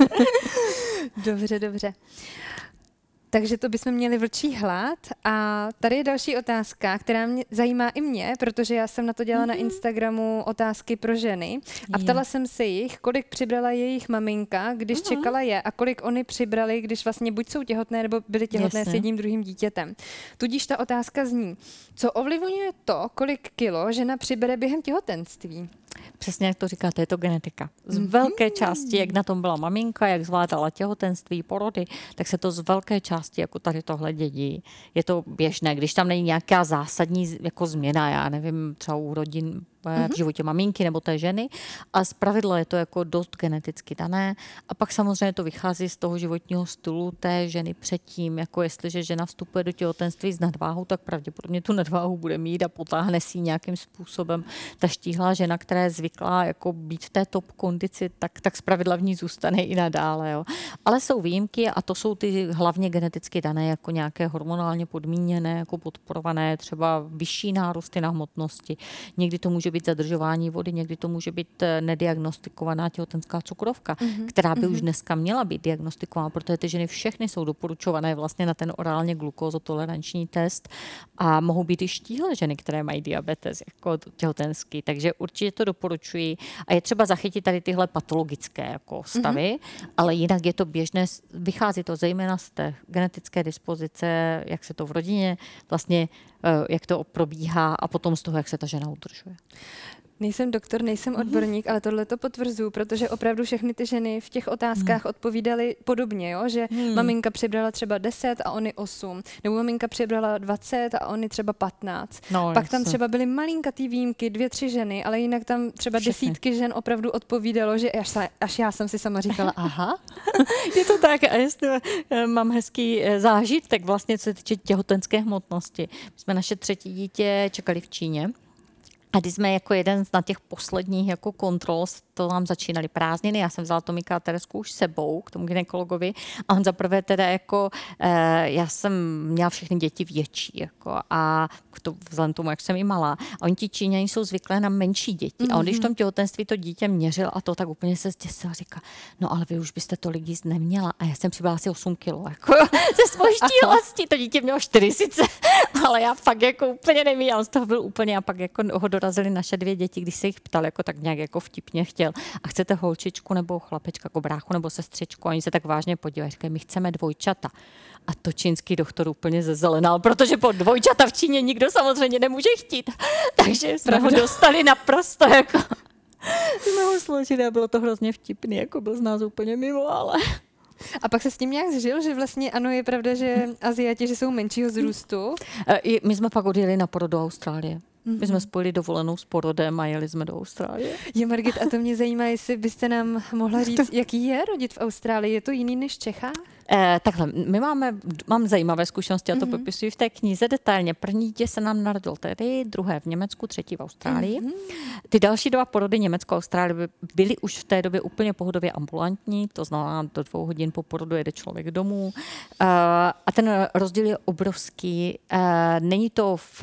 S1: Dobře. Takže to bychom měli vlčí hlad. A tady je další otázka, která mě zajímá i mě, protože já jsem na to dělala na Instagramu otázky pro ženy a ptala jsem se jich, kolik přibrala jejich maminka, když čekala je a kolik oni přibrali, když vlastně buď jsou těhotné, nebo byly těhotné s jedním druhým dítětem. Tudíž ta otázka zní, co ovlivňuje to, kolik kilo žena přibere během těhotenství?
S2: Přesně jak to říkáte, je to genetika. Z velké části, jak na tom byla maminka, jak zvládala těhotenství, porody, tak se to z velké části jako tady tohle dědí. Je to běžné, když tam není nějaká zásadní jako změna, já nevím, třeba u rodin v životě maminky nebo té ženy, a zpravidla je to jako dost geneticky dané. A pak samozřejmě to vychází z toho životního stylu té ženy předtím, jako jestliže žena vstupuje do těhotenství s nadváhou, tak pravděpodobně tu nadváhu bude mít a potáhne si nějakým způsobem. Ta štíhlá žena, která je zvyklá zvykla jako být v té top kondici, tak zpravidla v ní zůstane i nadále. Jo. Ale jsou výjimky a to jsou ty hlavně geneticky dané, jako nějaké hormonálně podmíněné, jako podporované, třeba vyšší nárůsty na hmotnosti. Někdy to může být zadržování vody, někdy to může být nediagnostikovaná těhotenská cukrovka, která by už dneska měla být diagnostikovaná, protože ty ženy všechny jsou doporučované vlastně na ten orálně glukózotoleranční test a mohou být i štíhlé ženy, které mají diabetes jako těhotenský, takže určitě to doporučuji a je třeba zachytit tady tyhle patologické jako stavy, ale jinak je to běžné, vychází to zejména z té genetické dispozice, jak se to v rodině vlastně, jak to probíhá a potom z toho, jak se ta žena udržuje.
S1: Nejsem doktor, nejsem odborník, ale tohle to potvrzuju, protože opravdu všechny ty ženy v těch otázkách odpovídaly podobně, jo? Že maminka přibrala třeba 10 a oni 8, nebo maminka přibrala 20 a oni třeba 15.
S2: No,
S1: pak tam třeba byly malinkatý výjimky, 2-3 ženy, ale jinak tam třeba desítky žen opravdu odpovídalo, že až já jsem si sama říkala, aha.
S2: Je to tak a jestli mám hezký zážitek vlastně, co se týče těhotenské hmotnosti. My jsme naše 3. dítě čekali v Číně. A když jsme jako jeden z na těch posledních jako kontrol, to nám začínaly prázdniny, já jsem vzala Tomika a Teresku už sebou k tomu gynekologovi a on zaprvé teda jako, já jsem měla všechny děti větší jako a vzhledem tomu, jak jsem i malá. A oni ti Číňani jsou zvyklé na menší děti. A on když v tom těhotenství to dítě měřil a to tak úplně se zděsil a říká, no ale vy už byste tolik jíst neměla. A já jsem přibrala asi 8 kilo jako ze svojí štíhlostí. To dítě mělo 4 sice, ale já fakt jako úplně nevím, on z toho byl úplně a pak jako ho dorazili naše 2 děti, když se jich ptal, jako tak nějak jako vtipně chtěl. A chcete holčičku nebo chlapečka, jako bráchu nebo sestřičku? A oni se tak vážně podívají, říkají, my chceme dvojčata. A to čínský doktor úplně zezelenal, protože po dvojčata v Číně nikdo samozřejmě nemůže chtít. Takže jsme ho dostali naprosto jako jsme ho složili a bylo to hrozně vtipný, jako byl z nás úplně mimo, ale...
S1: A pak se s tím nějak zžil, že vlastně ano, je pravda, že Aziati, že jsou menšího zrůstu?
S2: My jsme pak odjeli na porod do Austrálie. My jsme spojili dovolenou s porodem a jeli jsme do Austrálie.
S1: Je, Margit, a to mě zajímá, jestli byste nám mohla říct, jaký je rodit v Austrálii. Je to jiný než v Čechách?
S2: Takhle, mám zajímavé zkušenosti, a to popisuji v té knize detailně. První dítě se nám narodil tedy, druhé v Německu, třetí v Austrálii. Ty další 2 porody Německo a Austrálie byly už v té době úplně pohodově ambulantní, to znamená, do 2 hodin po porodu jede člověk domů. A ten rozdíl je obrovský. Není to v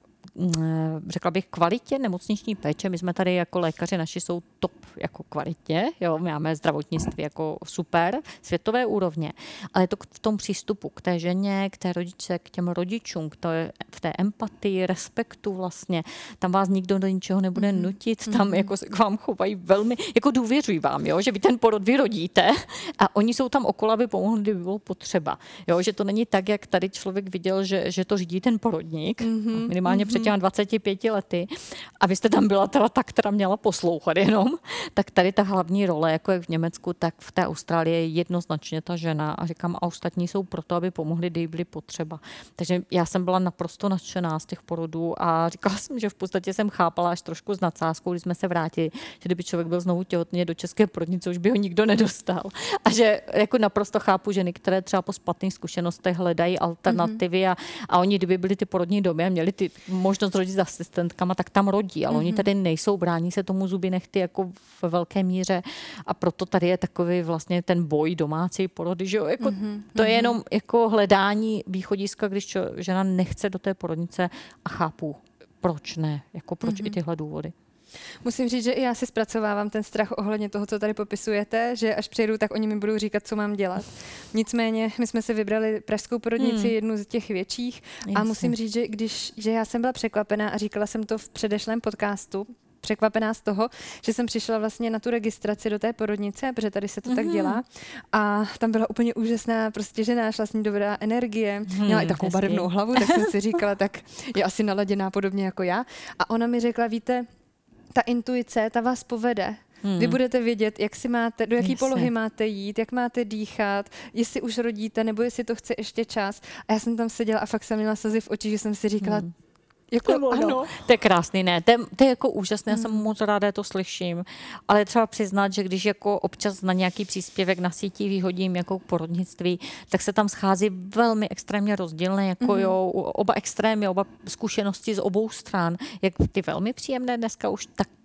S2: řekla bych kvalitě nemocniční péče. My jsme tady jako lékaři, naši jsou top jako kvalitně, jo, my máme zdravotnictví jako super, světové úrovně, ale je to v tom přístupu k té ženě, k té rodiče, k těm rodičům, v té empatii, respektu vlastně. Tam vás nikdo do ničeho nebude nutit, tam jako se k vám chovají velmi, jako důvěřují vám, jo, že vy ten porod vyrodíte a oni jsou tam okolo, aby pomohli, kdyby bylo potřeba. Jo, že to není tak, jak tady člověk viděl, že to řídí ten porodník, minimálně před těmi 25 lety a vy jste tam byla teda ta, která měla poslouchat jenom, tak tady ta hlavní role, jako je v Německu, tak v té Austrálii je jednoznačně ta žena a říkám, a ostatní jsou proto, aby pomohli, kdy byly potřeba. Takže já jsem byla naprosto nadšená z těch porodů a říkala jsem, že v podstatě jsem chápala až trošku s nadsázkou, když jsme se vrátili, že kdyby člověk byl znovu těhotný do české porodnice, už by ho nikdo nedostal. A že jako naprosto chápu ženy, které třeba po špatných zkušenostech hledají alternativy a oni, kdyby byly ty porodní domy a měli ty možnost rodit s asistentkama, tak tam rodí, ale oni tady nejsou, brání se tomu zuby nechty jako v velké míře a proto tady je takový vlastně ten boj domácí porody, že jo, jako to je jenom jako hledání východiska, když žena nechce do té porodnice a chápu, proč ne, jako proč i tyhle důvody.
S1: Musím říct, že i já si zpracovávám ten strach ohledně toho, co tady popisujete, že až přijedu, tak oni mi budou říkat, co mám dělat. Nicméně my jsme si vybrali pražskou porodnici, jednu z těch větších a musím říct, že já jsem byla překvapená a říkala jsem to v předešlém podcastu, překvapená z toho, že jsem přišla vlastně na tu registraci do té porodnice, protože tady se to tak dělá a tam byla úplně úžasná prostě žena, šla s ní dobrá energie, měla i takovou barevnou hlavu, tak jsem si říkala, tak je asi naladěná podobně jako já a ona mi řekla, víte, ta intuice, ta vás povede. Vy budete vědět, jak si máte, do jaký polohy máte jít, jak máte dýchat, jestli už rodíte, nebo jestli to chce ještě čas. A já jsem tam seděla a fakt jsem měla slzy v očích, že jsem si říkala, jako ano.
S2: To je krásný, ne, to je jako úžasné, já jsem moc ráda, to slyším, ale třeba přiznat, že když jako občas na nějaký příspěvek na síti vyhodím jako porodnictví, tak se tam schází velmi extrémně rozdílné, jako oba extrémy, oba zkušenosti z obou stran, jak ty velmi příjemné dneska už tak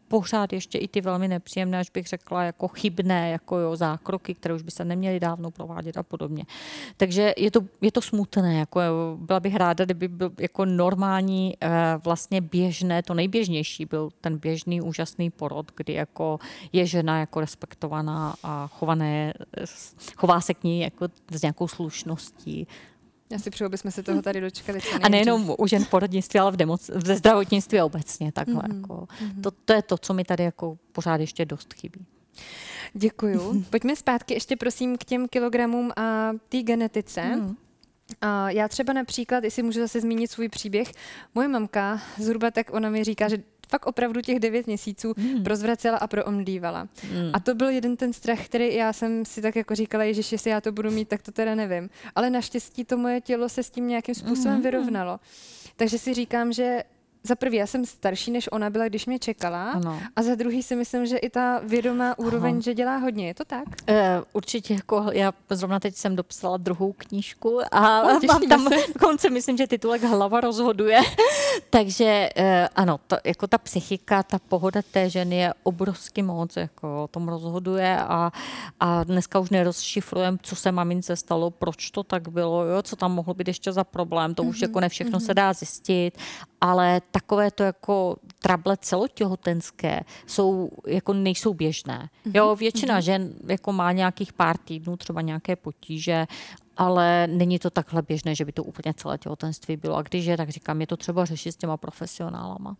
S2: pořád ještě i ty velmi nepříjemné, až bych řekla, jako chybné, jako jo, zákroky, které už by se neměly dávno provádět a podobně. Takže je to smutné, jako byla bych ráda, kdyby byl jako normální, vlastně běžné, to nejběžnější byl ten běžný úžasný porod, kdy jako je žena jako respektovaná a chová se k ní jako s nějakou slušností.
S1: Já si přeju, bychom se toho tady dočkali co nejdřív.
S2: A nejenom u žen v porodnictví, ale ve zdravotnictví obecně takhle. Jako. To je to, co mi tady jako pořád ještě dost chybí.
S1: Děkuju. Pojďme zpátky ještě prosím k těm kilogramům a té genetice. Já třeba například, jestli můžu zase zmínit svůj příběh, moje mamka zhruba tak ona mi říká, že fakt opravdu těch 9 měsíců prozvracela a proomdlívala. A to byl jeden ten strach, který já jsem si tak jako říkala, ježiš, jestli já to budu mít, tak to teda nevím. Ale naštěstí to moje tělo se s tím nějakým způsobem vyrovnalo. Takže si říkám, že za prvý, já jsem starší, než ona byla, když mě čekala. Ano. A za druhý si myslím, že i ta vědomá úroveň, že dělá hodně. Je to tak?
S2: Určitě, jako já zrovna teď jsem dopsala druhou knížku a mám tam dokonce, myslím, že titulek Hlava rozhoduje. Takže ano, jako ta psychika, ta pohoda té ženy je obrovsky moc, jako o tom rozhoduje a dneska už nerozšifrujeme, co se mamince stalo, proč to tak bylo, jo, co tam mohlo být ještě za problém, to už jako ne všechno se dá zjistit, ale takové to jako trable celotěhotenské nejsou běžné. Jo, většina žen jako má nějakých pár týdnů, třeba nějaké potíže, ale není to takhle běžné, že by to úplně celé těhotenství bylo. A když je, tak říkám, je to třeba řešit s těma profesionálama.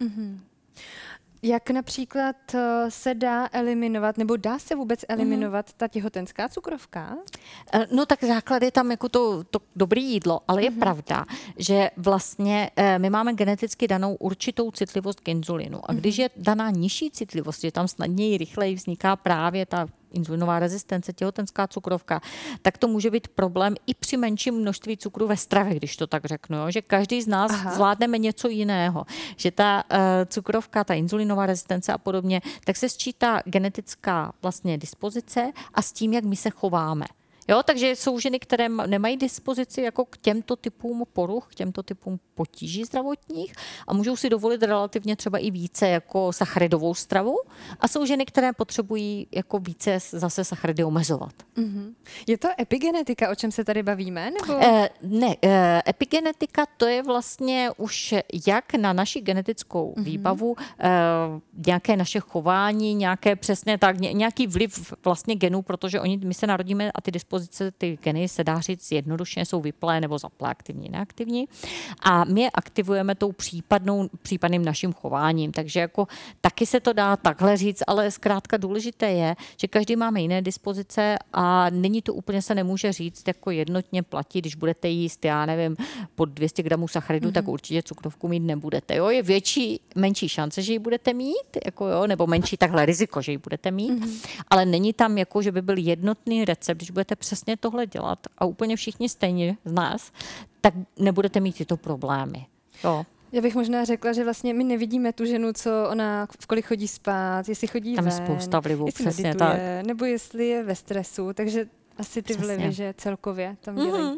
S1: Jak například se dá eliminovat, nebo dá se vůbec eliminovat ta těhotenská cukrovka?
S2: No tak základ je tam jako to dobré jídlo, ale je pravda, že vlastně my máme geneticky danou určitou citlivost k inzulinu. A když je daná nižší citlivost, že tam snadněji, rychleji vzniká právě ta inzulinová rezistence, těhotenská cukrovka, tak to může být problém i při menším množství cukru ve stravě, když to tak řeknu, jo? Že každý z nás zvládneme něco jiného. Že ta cukrovka, ta inzulinová rezistence a podobně, tak se sčítá genetická vlastně dispozice a s tím, jak my se chováme. Jo, takže jsou ženy, které nemají dispozici jako k těmto typům poruch, k těmto typům potíží zdravotních a můžou si dovolit relativně třeba i více jako sacharidovou stravu a jsou ženy, které potřebují jako více zase sacharidy omezovat.
S1: Je to epigenetika, o čem se tady bavíme? Nebo?
S2: Ne, epigenetika to je vlastně už jak na naši genetickou výbavu, nějaké naše chování, nějaké přesně tak, nějaký vliv vlastně genů, protože my se narodíme a ty dispozice, ty geny se dá říct jednoduše, jsou vyplé nebo zaplé, aktivní, neaktivní. A my je aktivujeme tou případným naším chováním. Takže jako taky se to dá takhle říct, ale zkrátka důležité je, že každý máme jiné dispozice a není to úplně se nemůže říct, jako jednotně platí, když budete jíst, já nevím, pod 200 gramů sacharidů, tak určitě cukrovku mít nebudete. Jo? Je menší šance, že ji budete mít, jako jo, nebo menší takhle riziko, že ji budete mít, ale není tam jako, že by byl jednotný recept, když budete přesně tohle dělat a úplně všichni stejně z nás, tak nebudete mít tyto problémy. Jo.
S1: Já bych možná řekla, že vlastně my nevidíme tu ženu, co ona v kolik chodí spát, jestli chodí
S2: tam
S1: ven,
S2: je spousta vlivů,
S1: jestli
S2: přesně
S1: medituje,
S2: tak.
S1: nebo jestli je ve stresu, takže asi ty vlivy, že celkově tam dělají.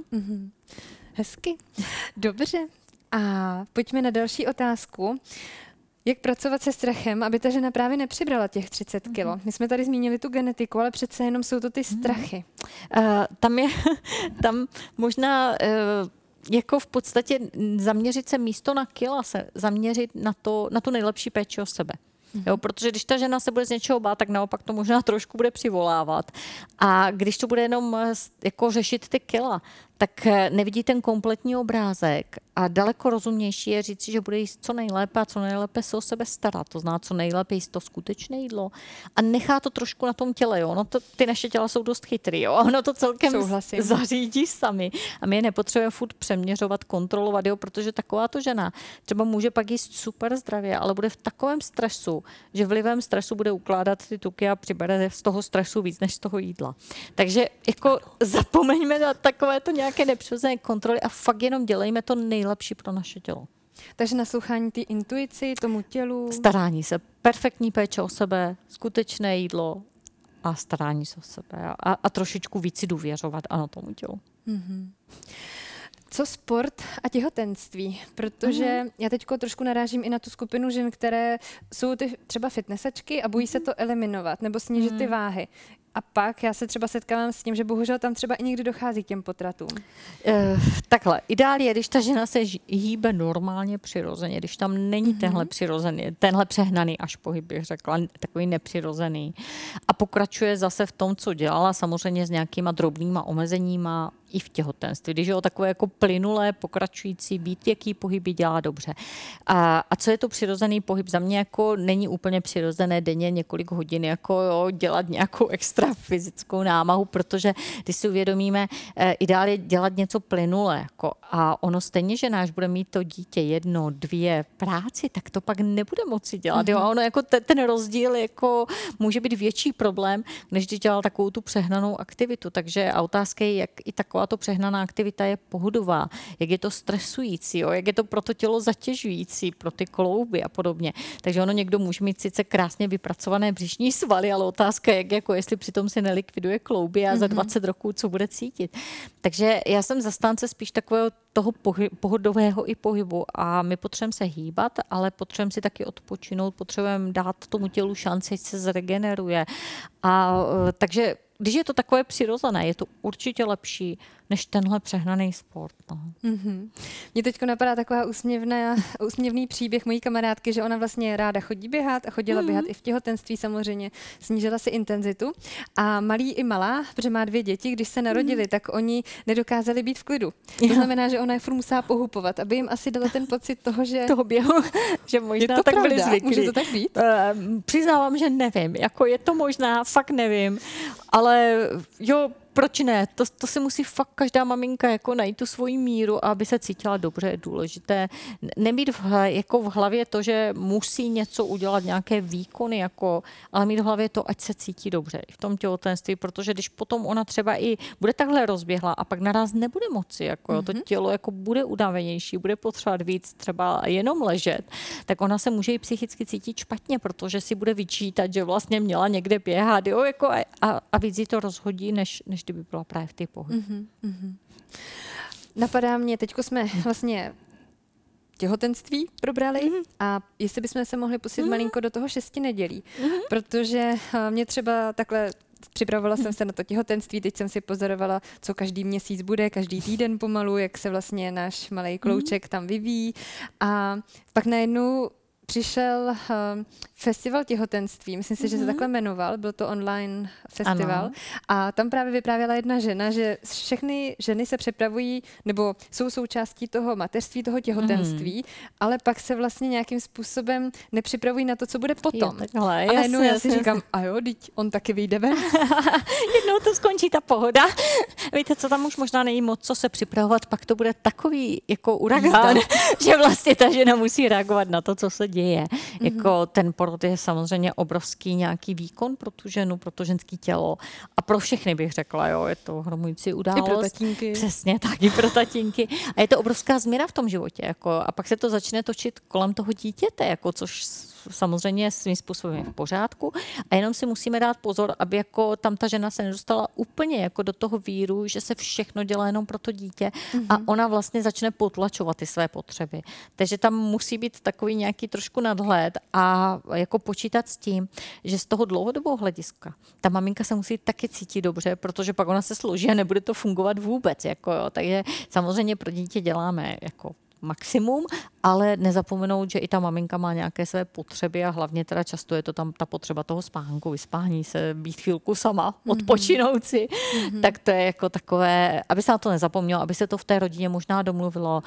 S1: Hezky. Dobře. A pojďme na další otázku. Jak pracovat se strachem, aby ta žena právě nepřibrala těch 30 kilo? My jsme tady zmínili tu genetiku, ale přece jenom jsou to ty strachy.
S2: Tam možná jako v podstatě zaměřit se místo na kila, se zaměřit na tu nejlepší péči o sebe. Jo, protože když ta žena se bude z něčeho bát, tak naopak to možná trošku bude přivolávat. A když to bude jenom jako řešit ty kila, tak nevidí ten kompletní obrázek a daleko rozumnější je říct si, že bude jíst co nejlépe a co nejlépe se o sebe starat. To zná co nejlépe jíst to skutečné jídlo a nechá to trošku na tom těle. Jo. Ty naše těla jsou dost chytrý. Jo. Ono to celkem zařídí sami a my je nepotřebujeme furt přeměřovat, kontrolovat, jo, protože takováto žena třeba může pak jíst super zdravě, ale bude v takovém stresu, že vlivem stresu bude ukládat ty tuky a přibere z toho stresu víc než z toho jídla. Takže jako zapomeňme na takovéto nějaké nepřirozené kontroly a fakt jenom dělejme to nejlepší pro naše tělo.
S1: Takže naslouchání té intuici, tomu tělu.
S2: Starání se, perfektní péče o sebe, skutečné jídlo a starání se o sebe a trošičku víc si důvěřovat tomu tělu.
S1: Co sport a těhotenství? Protože já teďko trošku narážím i na tu skupinu žen, které jsou ty třeba fitnessačky a bojí se to eliminovat nebo snížit ty váhy. A pak já se třeba setkávám s tím, že bohužel tam třeba i někdy dochází k těm potratům.
S2: Takhle, ideál je, když ta žena se hýbe normálně přirozeně, když tam není tenhle přehnaný až pohyb, bych řekla, takový nepřirozený. A pokračuje zase v tom, co dělala, samozřejmě s nějakýma drobnýma omezeníma i v těhotenství. Když je o takové jako plynulé, pokračující, být, jaký pohyby dělá dobře. A co je to přirozený pohyb? Za mě jako není úplně přirozené denně několik hodin jako dělat nějakou extra fyzickou námahu, protože když si uvědomíme, ideál je dělat něco plynulé. Jako, a ono stejně, že náš bude mít to dítě 1, 2 práci, tak to pak nebude moci dělat. Jo? A ono jako ten rozdíl jako může být větší problém, než když dělal takovou tu přehnanou aktivitu. Takže otázka je, jak i takováto přehnaná aktivita je pohodová, jak je to stresující, jo? Jak je to pro to tělo zatěžující, pro ty klouby a podobně. Takže ono někdo může mít sice krásně vypracované břišní svaly, ale otázka je, jako jestli přitom si nelikviduje klouby a za 20 roků co bude cítit. Takže já jsem zastánce spíš takového toho pohodového i pohybu a my potřebujeme se hýbat, ale potřebujeme si taky odpočinout, potřebujeme dát tomu tělu šanci, ať se zregeneruje. A takže když je to takové přirozené, je to určitě lepší než tenhle přehnaný sport. No.
S1: Mně teďko napadá taková úsměvný příběh mojí kamarádky, že ona vlastně ráda chodí běhat a chodila běhat i v těhotenství samozřejmě, snížila si intenzitu a malý i malá, protože má 2 děti, když se narodili, tak oni nedokázali být v klidu. To znamená, že ona je furt musela pohupovat, aby jim asi dala ten pocit toho, že...
S2: Toho běhu, že možná tak byli zvyklí.
S1: Může to tak být?
S2: Přiznávám, že nevím. Jako je to možná, fakt nevím. Ale jo, proč ne? To si musí fakt každá maminka jako najít tu svoji míru, aby se cítila dobře, je důležité. Nemít jako v hlavě to, že musí něco udělat, nějaké výkony, jako, ale mít v hlavě to, ať se cítí dobře i v tom těhotenství, protože když potom ona třeba i bude takhle rozběhla a pak naraz nebude moci, jako, to tělo jako bude unavenější, bude potřebovat víc třeba jenom ležet, tak ona se může i psychicky cítit špatně, protože si bude vyčítat, že vlastně měla někde běhat, jo, jako a víc jí to rozhodí, než kdyby byla právě v té pohodě.
S1: Napadá mě, teďko jsme vlastně těhotenství probrali a jestli bychom se mohli pustit malinko do toho 6 nedělí, protože mě třeba takhle připravovala jsem se na to těhotenství, teď jsem si pozorovala, co každý měsíc bude, každý týden pomalu, jak se vlastně náš malej klouček tam vyvíjí a pak najednou přišel festival těhotenství, myslím si, že se takhle jmenoval, byl to online festival. Ano. A tam právě vyprávěla jedna žena, že všechny ženy se připravují, nebo jsou součástí toho mateřství, toho těhotenství, ale pak se vlastně nějakým způsobem nepřipravují na to, co bude potom.
S2: Jo, takhle,
S1: a najednou já si říkám, a jo, teď on taky vyjde ven.
S2: Jednou to skončí ta pohoda. Víte, co tam už možná není moc, co se připravovat, pak to bude takový jako uragán, že vlastně ta žena musí reagovat na to, co se děje. Jako ten porod je samozřejmě obrovský nějaký výkon pro tu ženu, pro to ženské tělo a pro všechny bych řekla, jo, je to hromující událost.
S1: I pro tatínky.
S2: Přesně tak, i pro tatínky. A je to obrovská změna v tom životě, jako, a pak se to začne točit kolem toho dítěte, jako, což samozřejmě je svým způsobem v pořádku a jenom si musíme dát pozor, aby jako tam ta žena se nedostala úplně jako do toho víru, že se všechno dělá jenom pro to dítě a ona vlastně začne potlačovat ty své potřeby. Takže tam musí být takový nějaký trošku nadhled a jako počítat s tím, že z toho dlouhodobého hlediska ta maminka se musí taky cítit dobře, protože pak ona se složí a nebude to fungovat vůbec. Jako jo. Takže samozřejmě pro dítě děláme jako maximum, ale nezapomenout, že i ta maminka má nějaké své potřeby a hlavně teda často je to tam ta potřeba toho spánku, vyspání se, být chvílku sama, odpočinout si, tak to je jako takové, aby se na to nezapomnělo, aby se to v té rodině možná domluvilo.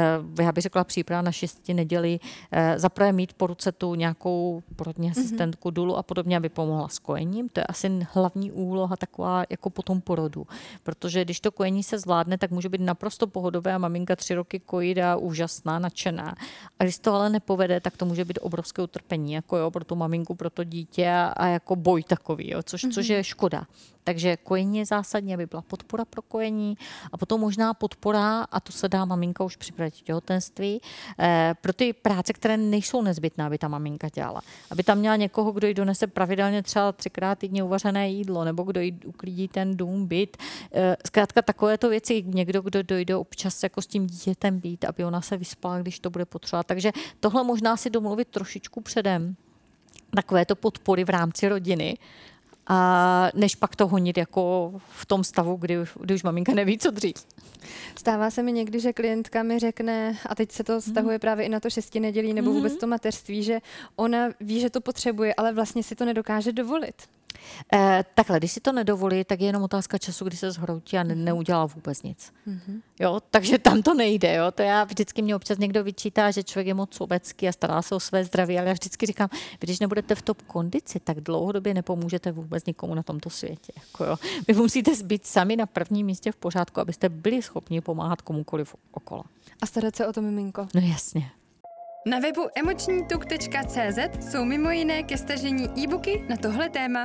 S2: Já bych řekla příprava na 6 neděli, zaprvé mít po ruce tu nějakou porodní asistentku, dulu a podobně, aby pomohla s kojením. To je asi hlavní úloha taková jako po tom porodu, protože když to kojení se zvládne, tak může být naprosto pohodové a maminka 3 roky kojit a úžasná, nadšená. A když to ale nepovede, tak to může být obrovské utrpení, jako jo, pro tu maminku, pro to dítě a jako boj takový, jo, což je škoda. Takže kojení je zásadní, aby byla podpora pro kojení a potom možná podpora, a to se dá maminka už připravit v těhotenství, pro ty práce, které nejsou nezbytné, aby ta maminka dělala. Aby tam měla někoho, kdo jí donese pravidelně třeba 3krát týdně uvařené jídlo, nebo kdo jí uklidí ten dům, byt. Zkrátka takovéto věci, někdo, kdo dojde občas jako s tím dítětem být, aby ona se vyspala, když to bude potřeba. Takže tohle možná si domluvit trošičku předem. Takovéto podpory v rámci rodiny, a než pak to honit jako v tom stavu, kdy už maminka neví, co dřív.
S1: Stává se mi někdy, že klientka mi řekne, a teď se to stahuje právě i na to 6 nedělí nebo vůbec to mateřství, že ona ví, že to potřebuje, ale vlastně si to nedokáže dovolit.
S2: Takhle, když si to nedovolí, tak je jenom otázka času, kdy se zhroutí a neudělá vůbec nic. Jo, takže tam to nejde. Jo? To já vždycky mě občas někdo vyčítá, že člověk je moc sobecký a stará se o své zdraví, ale já vždycky říkám, když nebudete v top kondici, tak dlouhodobě nepomůžete vůbec nikomu na tomto světě. Jako jo. Vy musíte být sami na prvním místě v pořádku, abyste byli schopni pomáhat komukoliv okolo.
S1: A starat se o to miminko.
S2: No jasně.
S1: Na webu emočnituk.cz jsou mimo jiné ke stažení e-booky na tohle téma.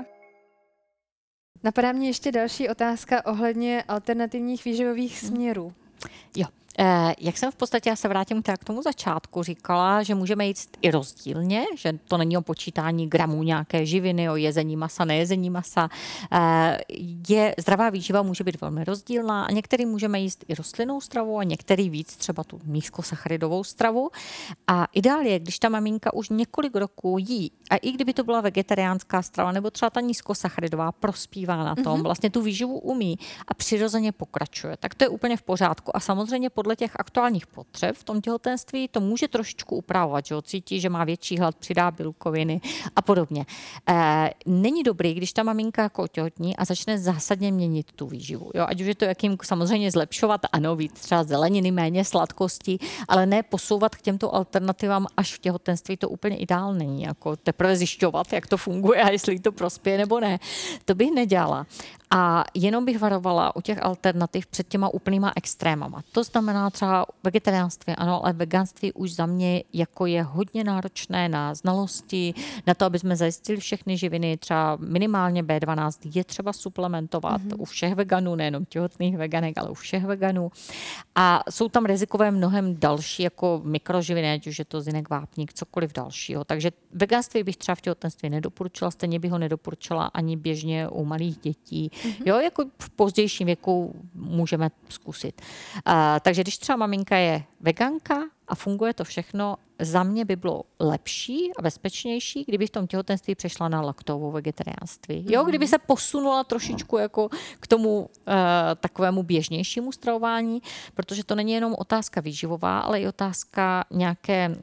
S1: Napadá mě ještě další otázka ohledně alternativních výživových směrů.
S2: Jo. Jak jsem v podstatě, já se vrátím k tomu začátku, říkala, že můžeme jíst i rozdílně, že to není o počítání gramů nějaké živiny, o jezení masa, nejezení masa. Zdravá výživa může být velmi rozdílná a některý můžeme jíst i rostlinnou stravu a některý víc třeba tu nízkosacharidovou stravu. A ideál je, když ta maminka už několik roků jí, a i kdyby to byla vegetariánská strava nebo třeba ta nízkosacharidová, prospívá na tom, vlastně tu výživu umí a přirozeně pokračuje, tak to je úplně v pořádku. A samozřejmě podle těch aktuálních potřeb v tom těhotenství to může trošičku upravovat, že ho cítí, že má větší hlad, přidá bílkoviny a podobně. Není dobrý, když ta maminka jako otěhotní a začne zásadně měnit tu výživu. Jo? Ať už je to jakým samozřejmě zlepšovat, ano, víc třeba zeleniny, méně sladkostí, ale ne posouvat k těmto alternativám až v těhotenství, to úplně ideál není. Jako teprve zjišťovat, jak to funguje a jestli to prospěje nebo ne. To bych nedělala. A jenom bych varovala u těch alternativ před těma úplnýma extrémama. To znamená třeba vegetariánství, ano, ale veganství už za mě jako je hodně náročné na znalosti, na to, aby jsme zajistili všechny živiny, třeba minimálně B12 je třeba suplementovat u všech veganů, nejenom těhotných veganek, ale u všech veganů. A jsou tam rizikové mnohem další, jako mikroživiny, ať už je to zinek, vápník, cokoliv dalšího. Takže veganství bych třeba v těhotenství nedoporučila, stejně bych ho nedoporučila ani běžně u malých dětí. Jo, jako v pozdějším věku můžeme zkusit. Takže když třeba maminka je veganka a funguje to všechno, za mě by bylo lepší a bezpečnější, kdyby v tom těhotenství přešla na laktovou vegetariánství. Jo, kdyby se posunula trošičku jako k tomu takovému běžnějšímu stravování, protože to není jenom otázka výživová, ale i otázka nějaké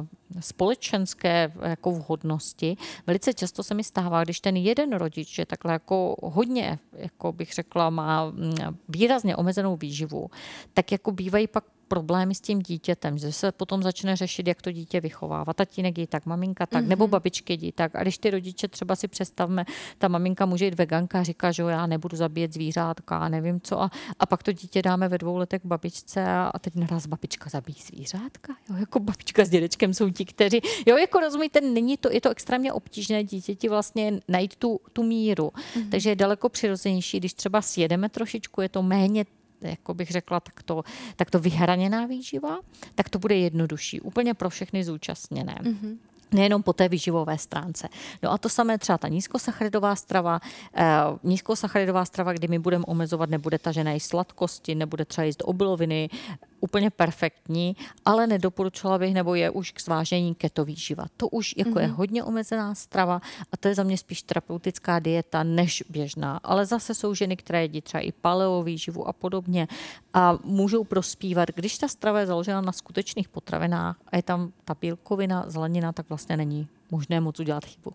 S2: společenské jako vhodnosti. Velice často se mi stává, když ten jeden rodič je takhle jako hodně, jako bych řekla, má výrazně omezenou výživu, tak jako bývají pak problémy s tím dítětem, že se potom začne řešit, jak to dítě vychovává. Tatínek jí tak, maminka tak, nebo babičky jí tak. A když ty rodiče třeba si představme, ta maminka může jít veganka a říká, že já nebudu zabíjet zvířátka a nevím co. A pak to dítě dáme ve 2 letech babičce a teď naraz babička zabíjí zvířátka. Jo, jako babička s dědečkem jsou ti, kteří, jo, jako rozumíte, je to extrémně obtížné dítěti vlastně najít tu míru. Takže je daleko přirozenější, když třeba sjedeme trošičku, je to méně, jako bych řekla, takto vyhraněná výživa, tak to bude jednodušší. Úplně pro všechny zúčastněné. Nejenom po té výživové stránce. No a to samé třeba ta nízkosacharidová strava. Nízkosacharidová strava, kdy my budeme omezovat, nebude tažené sladkosti, nebude třeba jíst obiloviny, úplně perfektní, ale nedoporučila bych, nebo je už k zvážení keto výživa. To už jako je hodně omezená strava a to je za mě spíš terapeutická dieta než běžná. Ale zase jsou ženy, které jedí třeba i paleo výživu a podobně a můžou prospívat. Když ta strava je založena na skutečných potravinách a je tam ta bílkovina, zelenina, tak vlastně není možné moc udělat chybu.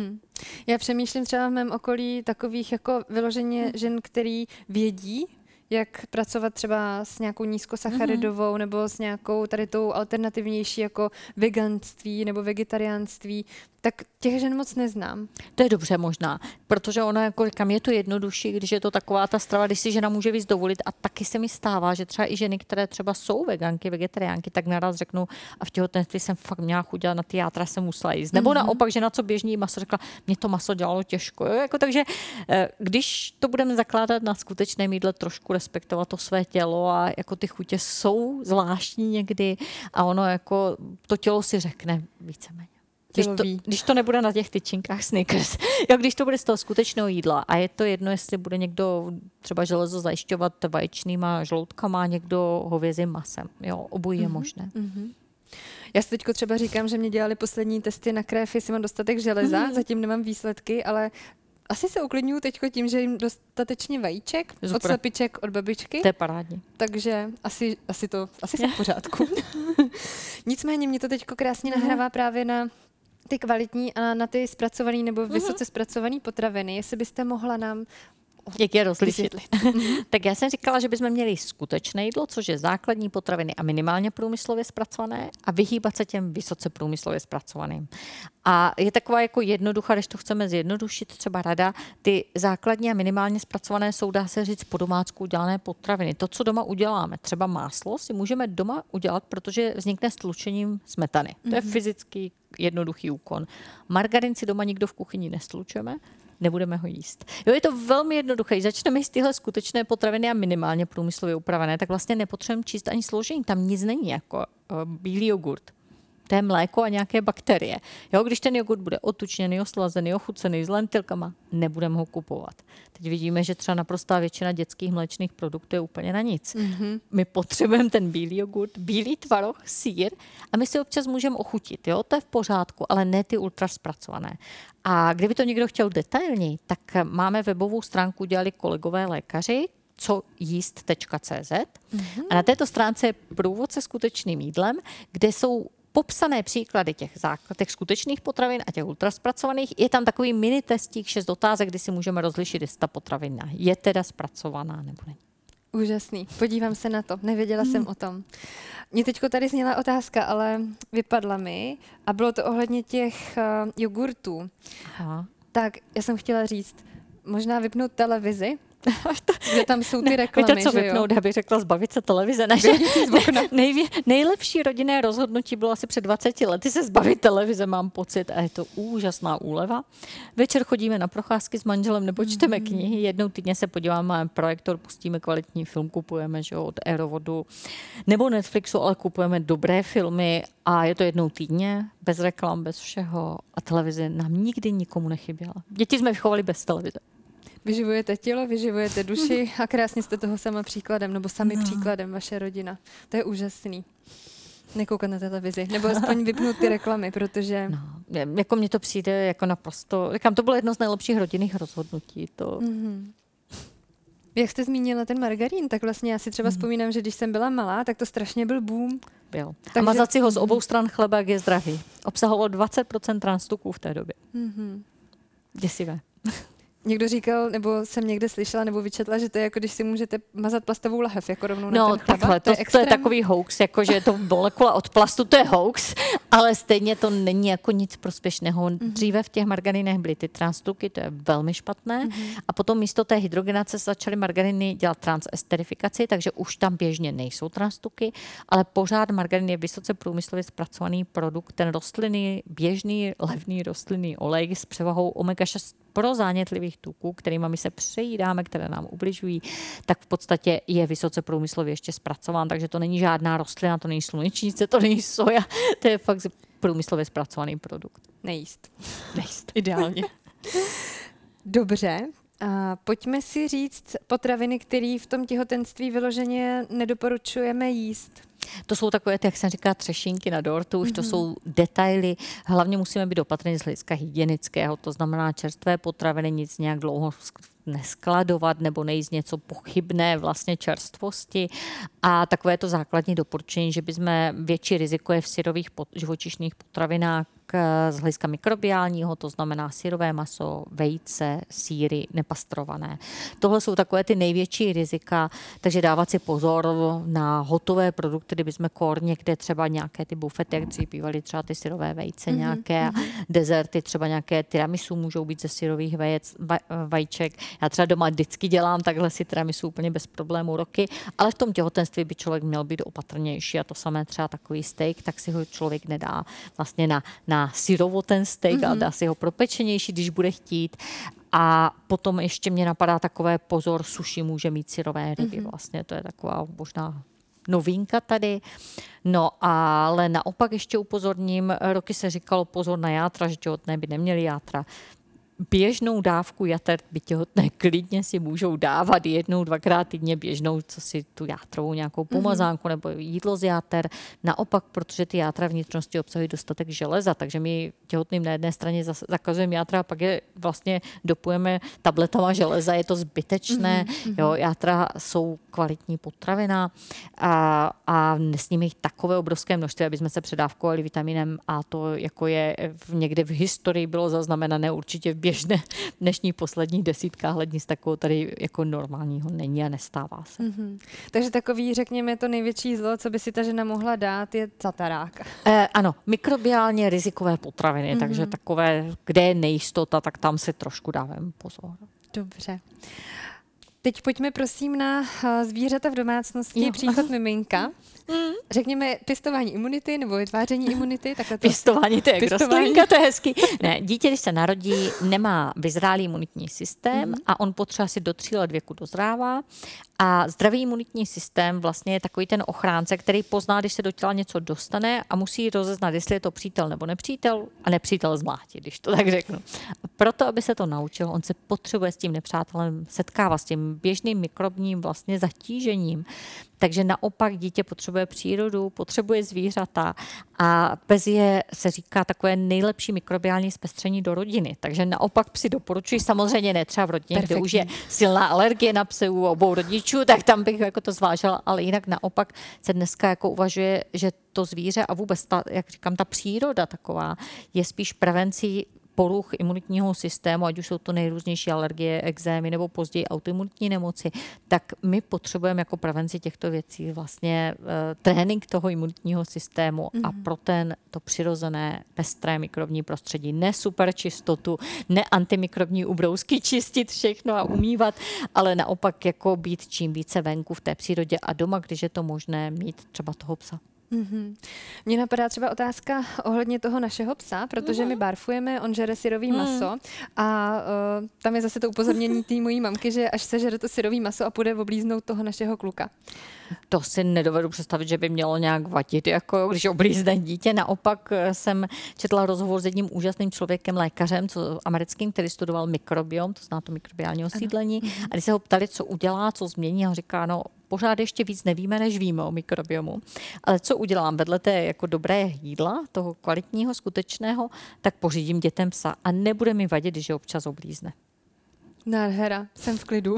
S2: Já
S1: přemýšlím třeba v mém okolí takových jako vyloženě žen, který vědí, jak pracovat třeba s nějakou nízkosacharidovou nebo s nějakou tady tou alternativnější jako veganství nebo vegetariánství, tak těch žen moc neznám.
S2: To je dobře možná, protože ono, jako říkám, je to jednodušší, když je to taková ta strava, když si žena může víc dovolit a taky se mi stává, že třeba i ženy, které třeba jsou veganky, vegetariánky, tak naraz řeknou a v těhotenství jsem fakt měla chuť dělat na ty játra, jsem musela jíst. Nebo naopak, že na co běžný maso řekla, mě to maso dělalo těžko. Jo? Jako, takže když to budeme zakládat na skutečném jídle, trošku respektovat to své tělo a jako ty chutě jsou zvláštní někdy a ono jako to tělo si řekne víceméně. Když to nebude na těch tyčinkách Snickers, jo, když to bude z toho skutečného jídla a je to jedno, jestli bude někdo třeba železo zajišťovat vaječnýma žloutkama, někdo hovězím masem. Jo, obojí je možné.
S1: Já si teďko třeba říkám, že mě dělali poslední testy na krev, jestli mám dostatek železa, zatím nemám výsledky, ale asi se uklidňuju teďko tím, že jim dostatečně vajíček, od slepiček, od babičky.
S2: To je parádní.
S1: Takže asi jsem v pořádku. Nicméně mě to teďko krásně nahrává právě na ty kvalitní a na ty zpracované nebo vysoce zpracované potraviny. Jestli byste mohla nám
S2: jak je rozlišit. Tak já jsem říkala, že bychom měli skutečné jídlo, což je základní potraviny a minimálně průmyslově zpracované a vyhýbat se těm vysoce průmyslově zpracovaným. A je taková jako jednoduchá, když to chceme zjednodušit, třeba rada, ty základní a minimálně zpracované jsou, dá se říct, po domácku udělané potraviny. To, co doma uděláme, třeba máslo si můžeme doma udělat, protože vznikne stlučením smetany. To je fyzický jednoduchý úkon. Margarin si doma nikdo v kuchyni nestlučujeme, nebudeme ho jíst. Jo, je to velmi jednoduché. Začneme jíst tyhle skutečné potraviny a minimálně průmyslově upravené, tak vlastně nepotřebujeme číst ani složení. Tam nic není jako bílý jogurt. To je mléko a nějaké bakterie. Jo, když ten jogurt bude otučněný, oslazený, ochucený s lentilkama, nebudeme ho kupovat. Teď vidíme, že třeba naprostá většina dětských mléčných produktů je úplně na nic. My potřebujeme ten bílý jogurt, bílý tvaroh, sýr a my si občas můžeme ochutit. Jo? To je v pořádku, ale ne ty ultra zpracované. A kdyby to někdo chtěl detailněji, tak máme webovou stránku, dělali kolegové lékaři, cojíst.cz a na této stránce je průvod se skutečným jídlem, kde jsou popsané příklady těch skutečných potravin a těch ultraspracovaných. Je tam takový mini testík, 6 otázek, kdy si můžeme rozlišit, jestli ta potravina je teda zpracovaná nebo ne.
S1: Úžasný, podívám se na to, nevěděla jsem o tom. Mně teďko tady zněla otázka, ale vypadla mi a bylo to ohledně těch jogurtů. Aha. Tak já jsem chtěla říct, možná vypnout televizi, že tam jsou ty reklamy,
S2: víte, co vypnout, já bych řekla zbavit se televize. Nejlepší rodinné rozhodnutí bylo asi před 20 lety se zbavit televize, mám pocit, a je to úžasná úleva. Večer chodíme na procházky s manželem nebo čteme knihy, jednou týdně se podíváme, máme projektor, pustíme kvalitní film, kupujeme, že od Aerovodu nebo Netflixu, ale kupujeme dobré filmy a je to jednou týdně, bez reklam, bez všeho a televize nám nikdy nikomu nechyběla. Děti jsme vychovali bez televize.
S1: Vyživujete tělo, vyživujete duši a krásně jste toho sama příkladem, nebo sami příkladem, vaše rodina. To je úžasný. Nekoukat na televizi, nebo aspoň vypnout ty reklamy, protože...
S2: No, jako mně to přijde jako naprosto... Říkám, to bylo jedno z nejlepších rodinných rozhodnutí. To...
S1: Jak jste zmínila ten margarín, tak vlastně já si třeba vzpomínám, že když jsem byla malá, tak to strašně byl boom.
S2: Byl. Takže... A mazat si ho z obou stran chleba, jak je zdravý. Obsahovalo 20% transtuků v té době. Děsivé.
S1: Někdo říkal, nebo jsem někde slyšela, nebo vyčetla, že to je jako když si můžete mazat plastovou lahev, jako rovnou na ten chleba.
S2: Takhle, to je takový hoax, jako že je to molekula od plastu, to je hoax, ale stejně to není jako nic prospěšného. Dříve v těch margarinech byly ty transtuky, to je velmi špatné. A potom místo té hydrogenace se začaly margariny dělat transesterifikaci, takže už tam běžně nejsou transtuky, ale pořád margarin je vysoce průmyslově zpracovaný produkt, ten rostlinný, běžný, levný rostlinný olej s převahou omega-6 pro zánětlivých tuků, kterými my se přejídáme, které nám ubližují, tak v podstatě je vysoce průmyslově ještě zpracován, takže to není žádná rostlina, to není slunečnice, to není soja, to je fakt průmyslově zpracovaný produkt.
S1: Nejíst.
S2: Ideálně.
S1: Dobře. A pojďme si říct potraviny, které v tom těhotenství vyloženě nedoporučujeme jíst.
S2: To jsou takové, jak jsem říkala, třešinky na dortu, už to jsou detaily. Hlavně musíme být opatrní z hlediska hygienického, to znamená čerstvé potraviny, nic nějak dlouho neskladovat nebo nejíst něco pochybné vlastně čerstvosti. A takové to základní doporučení, že bychom větší riziko je v syrových živočišných potravinách, z hlediska mikrobiálního, to znamená syrové maso, vejce, sýry, nepastrované. Tohle jsou takové ty největší rizika, takže dávat si pozor na hotové produkty, kdybychom někde třeba nějaké ty bufety, jak dřív bývaly třeba ty syrové vejce, nějaké dezerty, třeba nějaké tiramisu můžou být ze syrových vajíček. Já třeba doma vždycky dělám takhle si tiramisu úplně bez problémů roky, ale v tom těhotenství by člověk měl být opatrnější a to samé třeba takový steak, tak si ho člověk nedá vlastně na syrovo ten steak, ale dá si ho propečenější, když bude chtít. A potom ještě mě napadá takové pozor, sushi může mít syrové ryby. Vlastně to je taková možná novinka tady. No ale naopak ještě upozorním, roky se říkalo pozor na játra, že těhotné by neměly játra. Běžnou dávku jater by těhotné klidně si můžou dávat jednou, dvakrát týdně běžnou, co si tu játrovou nějakou pomazánku nebo jídlo z játer. Naopak, protože ty játra vnitřnosti obsahují dostatek železa, takže my těhotným na jedné straně zakazujeme játra a pak je vlastně dopujeme tabletama železa, je to zbytečné. Jo, játra jsou kvalitní potravina a nesmíme jich takové obrovské množství, aby jsme se předávkovali vitaminem A, to jako je někde v historii bylo zaznamenané určitě v dnešní posledních desítkách let nic takového tady jako normálního není a nestává se.
S1: Takže takový, řekněme, to největší zlo, co by si ta žena mohla dát, je catarák.
S2: Ano, mikrobiálně rizikové potraviny, takže takové, kde je nejistota, tak tam si trošku dávám pozor.
S1: Dobře. Teď pojďme prosím na zvířata v domácnosti, příchod miminka. Řekněme pěstování imunity nebo vytváření imunity.
S2: Pěstování, to je rostlinka, to je hezky. Ne, dítě, když se narodí, nemá vyzrálý imunitní systém a on potřeba si do 3 let věku dozrává. A zdravý imunitní systém vlastně je takový ten ochránce, který pozná, když se do těla něco dostane a musí rozeznat, jestli je to přítel nebo nepřítel a nepřítel zmlátit, když to tak řeknu. A proto, aby se to naučil, on se potřebuje s tím nepřátelem setkávat, s tím běžným mikrobním vlastně zatížením. Takže naopak dítě potřebuje přírodu, potřebuje zvířata a pes je, se říká, takové nejlepší mikrobiální zpestření do rodiny. Takže naopak psi doporučuji, samozřejmě ne třeba v rodině, kde už je silná alergie na pse u obou rodičů, tak tam bych jako to zvážila, ale jinak naopak se dneska jako uvažuje, že to zvíře a vůbec ta, jak říkám, ta příroda taková je spíš prevencí poruch imunitního systému, ať už jsou to nejrůznější alergie, ekzémy nebo později autoimunitní nemoci, tak my potřebujeme jako prevenci těchto věcí vlastně trénink toho imunitního systému a pro to přirozené pestré mikrobní prostředí. Ne super čistotu, ne antimikrobní ubrousky čistit všechno a umývat, ale naopak jako být čím více venku v té přírodě a doma, když je to možné, mít třeba toho psa.
S1: Mně napadá třeba otázka ohledně toho našeho psa, protože my barfujeme, on žere syrový maso a tam je zase to upozornění té mojí mamky, že až se žere to syrový maso a půjde oblíznout toho našeho kluka.
S2: To si nedovedu představit, že by mělo nějak vadit, jako když oblízne dítě. Naopak jsem četla rozhovor s jedním úžasným člověkem, lékařem, americkým, který studoval mikrobiom, to zná to mikrobiální osídlení. A když se ho ptali, co udělá, co změní, a on říká, no pořád ještě víc nevíme, než víme o mikrobiomu. Ale co udělám vedle té jako dobré jídla, toho kvalitního, skutečného, tak pořídím dětem psa a nebude mi vadit, když je občas oblízne.
S1: Nádhera, jsem v klidu.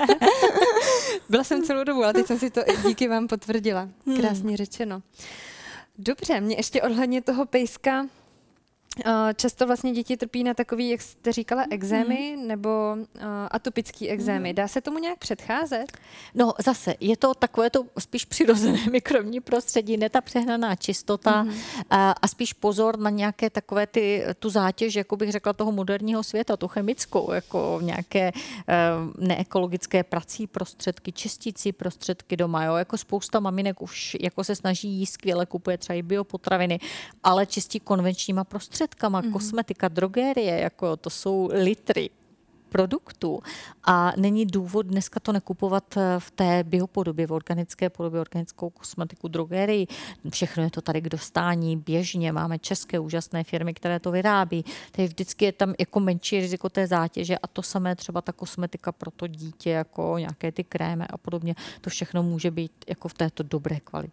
S1: Byla jsem celou dobu, ale teď jsem si to díky vám potvrdila. Krásně řečeno. Dobře, mě ještě ohledně toho pejska. Často vlastně děti trpí na takový, jak jste říkala, ekzémy nebo atopický ekzémy. Dá se tomu nějak předcházet?
S2: No zase, je to takové to spíš přirozené mikrobní prostředí, ne ta přehnaná čistota a spíš pozor na nějaké takové tu zátěž, jako bych řekla, toho moderního světa, tu chemickou, jako nějaké neekologické prací prostředky, čistící prostředky doma. Jo? Jako spousta maminek už jako se snaží jíst skvěle, kupuje třeba i biopotraviny, ale čistí konvenčníma prostředkama, kosmetika, drogérie, jako to jsou litry produktů a není důvod dneska to nekupovat v té biopodobě, v organické podobě, organickou kosmetiku, drogérii. Všechno je to tady k dostání běžně, máme české úžasné firmy, které to vyrábí. Tady vždycky je tam jako menší riziko té zátěže a to samé třeba ta kosmetika pro to dítě, jako nějaké ty krémy a podobně. To všechno může být jako v této dobré kvalitě.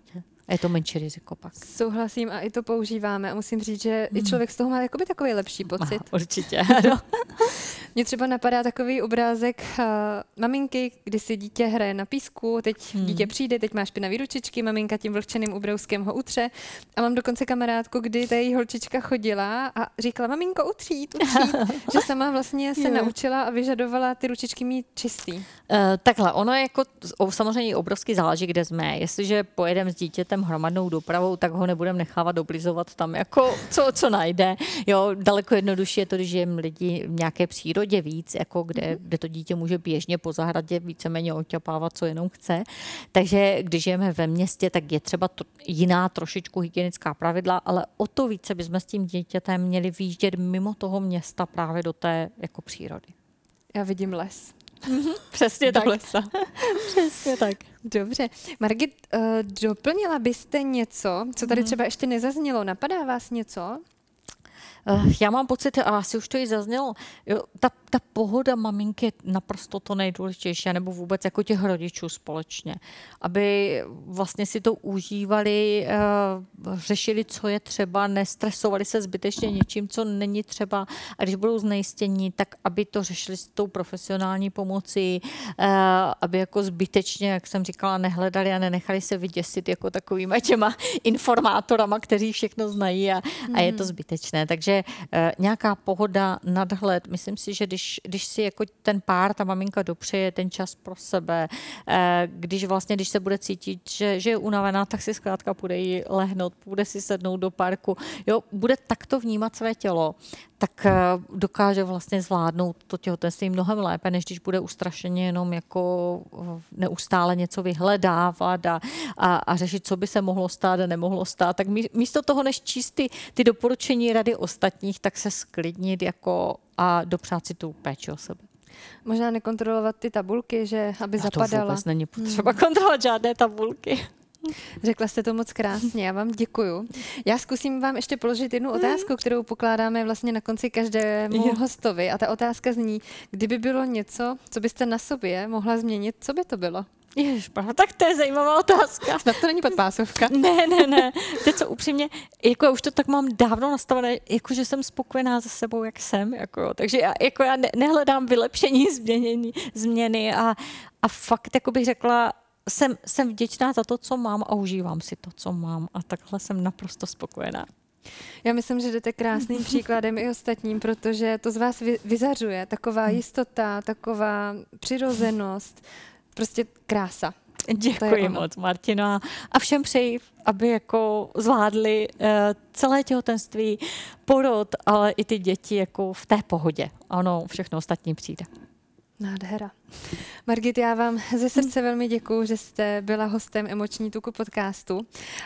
S2: A je to menší riziko pak.
S1: Souhlasím a i to používáme a musím říct, že i člověk z toho má jakoby takový lepší pocit.
S2: Určitě, ano.
S1: Mně třeba napadá takový obrázek maminky, kdy si dítě hraje na písku, teď dítě přijde, teď má špinavý ručičky, maminka tím vlhčeným ubrouskem ho utře a mám dokonce kamarádku, kdy ta její holčička chodila a říkala, maminko, utřít, že sama vlastně se naučila a vyžadovala ty ručičky mít čistý.
S2: Takhle, ono je jako samozřejmě obrovský záleží, kde jsme. Jestliže pojedeme s dítětem hromadnou dopravou, tak ho nebudeme nechávat oblizovat tam jako co najde. Jo, daleko jednodušší je to, když žijeme lidi v nějaké přírodě víc, jako kde to dítě může běžně po zahradě víceméně oťapávat, co jenom chce. Takže když žijeme ve městě, tak je třeba jiná trošičku hygienická pravidla, ale o to více bychom s tím dítětem měli vyjíždět mimo toho města právě do té jako přírody.
S1: Já vidím les.
S2: Přesně tak.
S1: Lesa.
S2: Přesně tak.
S1: Dobře. Margit, doplnila byste něco, co tady třeba ještě nezaznělo? Napadá vás něco?
S2: Já mám pocit, a asi už to i zaznělo, jo, ta pohoda maminky je naprosto to nejdůležitější, nebo vůbec jako těch rodičů společně. Aby vlastně si to užívali, řešili, co je třeba, nestresovali se zbytečně něčím, co není třeba. A když budou znejistění, tak aby to řešili s tou profesionální pomocí, aby jako zbytečně, jak jsem říkala, nehledali a nenechali se vyděsit jako takovýma těma informátorama, kteří všechno znají a je to zbytečné. Takže nějaká pohoda, nadhled. Myslím si, že když si jako ten pár, ta maminka dopřeje ten čas pro sebe, když se bude cítit, že je unavená, tak si zkrátka půjde jí lehnout, půjde si sednout do parku, jo, bude takto vnímat své tělo, tak dokáže vlastně zvládnout to těhotenství mnohem lépe, než když bude ustrašeně jenom jako neustále něco vyhledávat a řešit, co by se mohlo stát a nemohlo stát. Tak místo toho, než číst ty doporučení rady ostatních, tak se sklidnit jako a dopřát si tu péči o sebe.
S1: Možná nekontrolovat ty tabulky, že aby zapadala.
S2: To vůbec není potřeba kontrolovat žádné tabulky.
S1: Řekla jste to moc krásně, já vám děkuju. Já zkusím vám ještě položit jednu otázku, kterou pokládáme vlastně na konci každému hostovi. A ta otázka zní, kdyby bylo něco, co byste na sobě mohla změnit, co by to bylo?
S2: Ježišmarja, tak to je zajímavá otázka.
S1: Snad to není podpásovka.
S2: Ne. Teď co upřímně, jako já už to tak mám dávno nastavené, jako že jsem spokojená se sebou, jak jsem. Jako, takže já nehledám vylepšení, změny a fakt, jako bych řekla, jsem vděčná za to, co mám a užívám si to, co mám a takhle jsem naprosto spokojená.
S1: Já myslím, že jdete krásným příkladem i ostatním, protože to z vás vyzařuje taková jistota, taková přirozenost, prostě krása.
S2: Děkuji moc, Martina. A všem přeji, aby jako zvládli celé těhotenství, porod, ale i ty děti jako v té pohodě. Ano, všechno ostatní přijde.
S1: Nádhera. Margit, já vám ze srdce velmi děkuju, že jste byla hostem Emoční tuku podcastu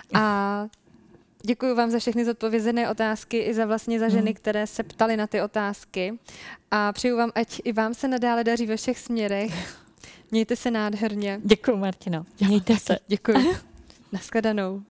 S1: a děkuju vám za všechny zodpovězené otázky i za ženy, které se ptaly na ty otázky a přeju vám, ať i vám se nadále daří ve všech směrech. Mějte se nádherně.
S2: Děkuju, Martino. Mějte se.
S1: Děkuju. Nashledanou.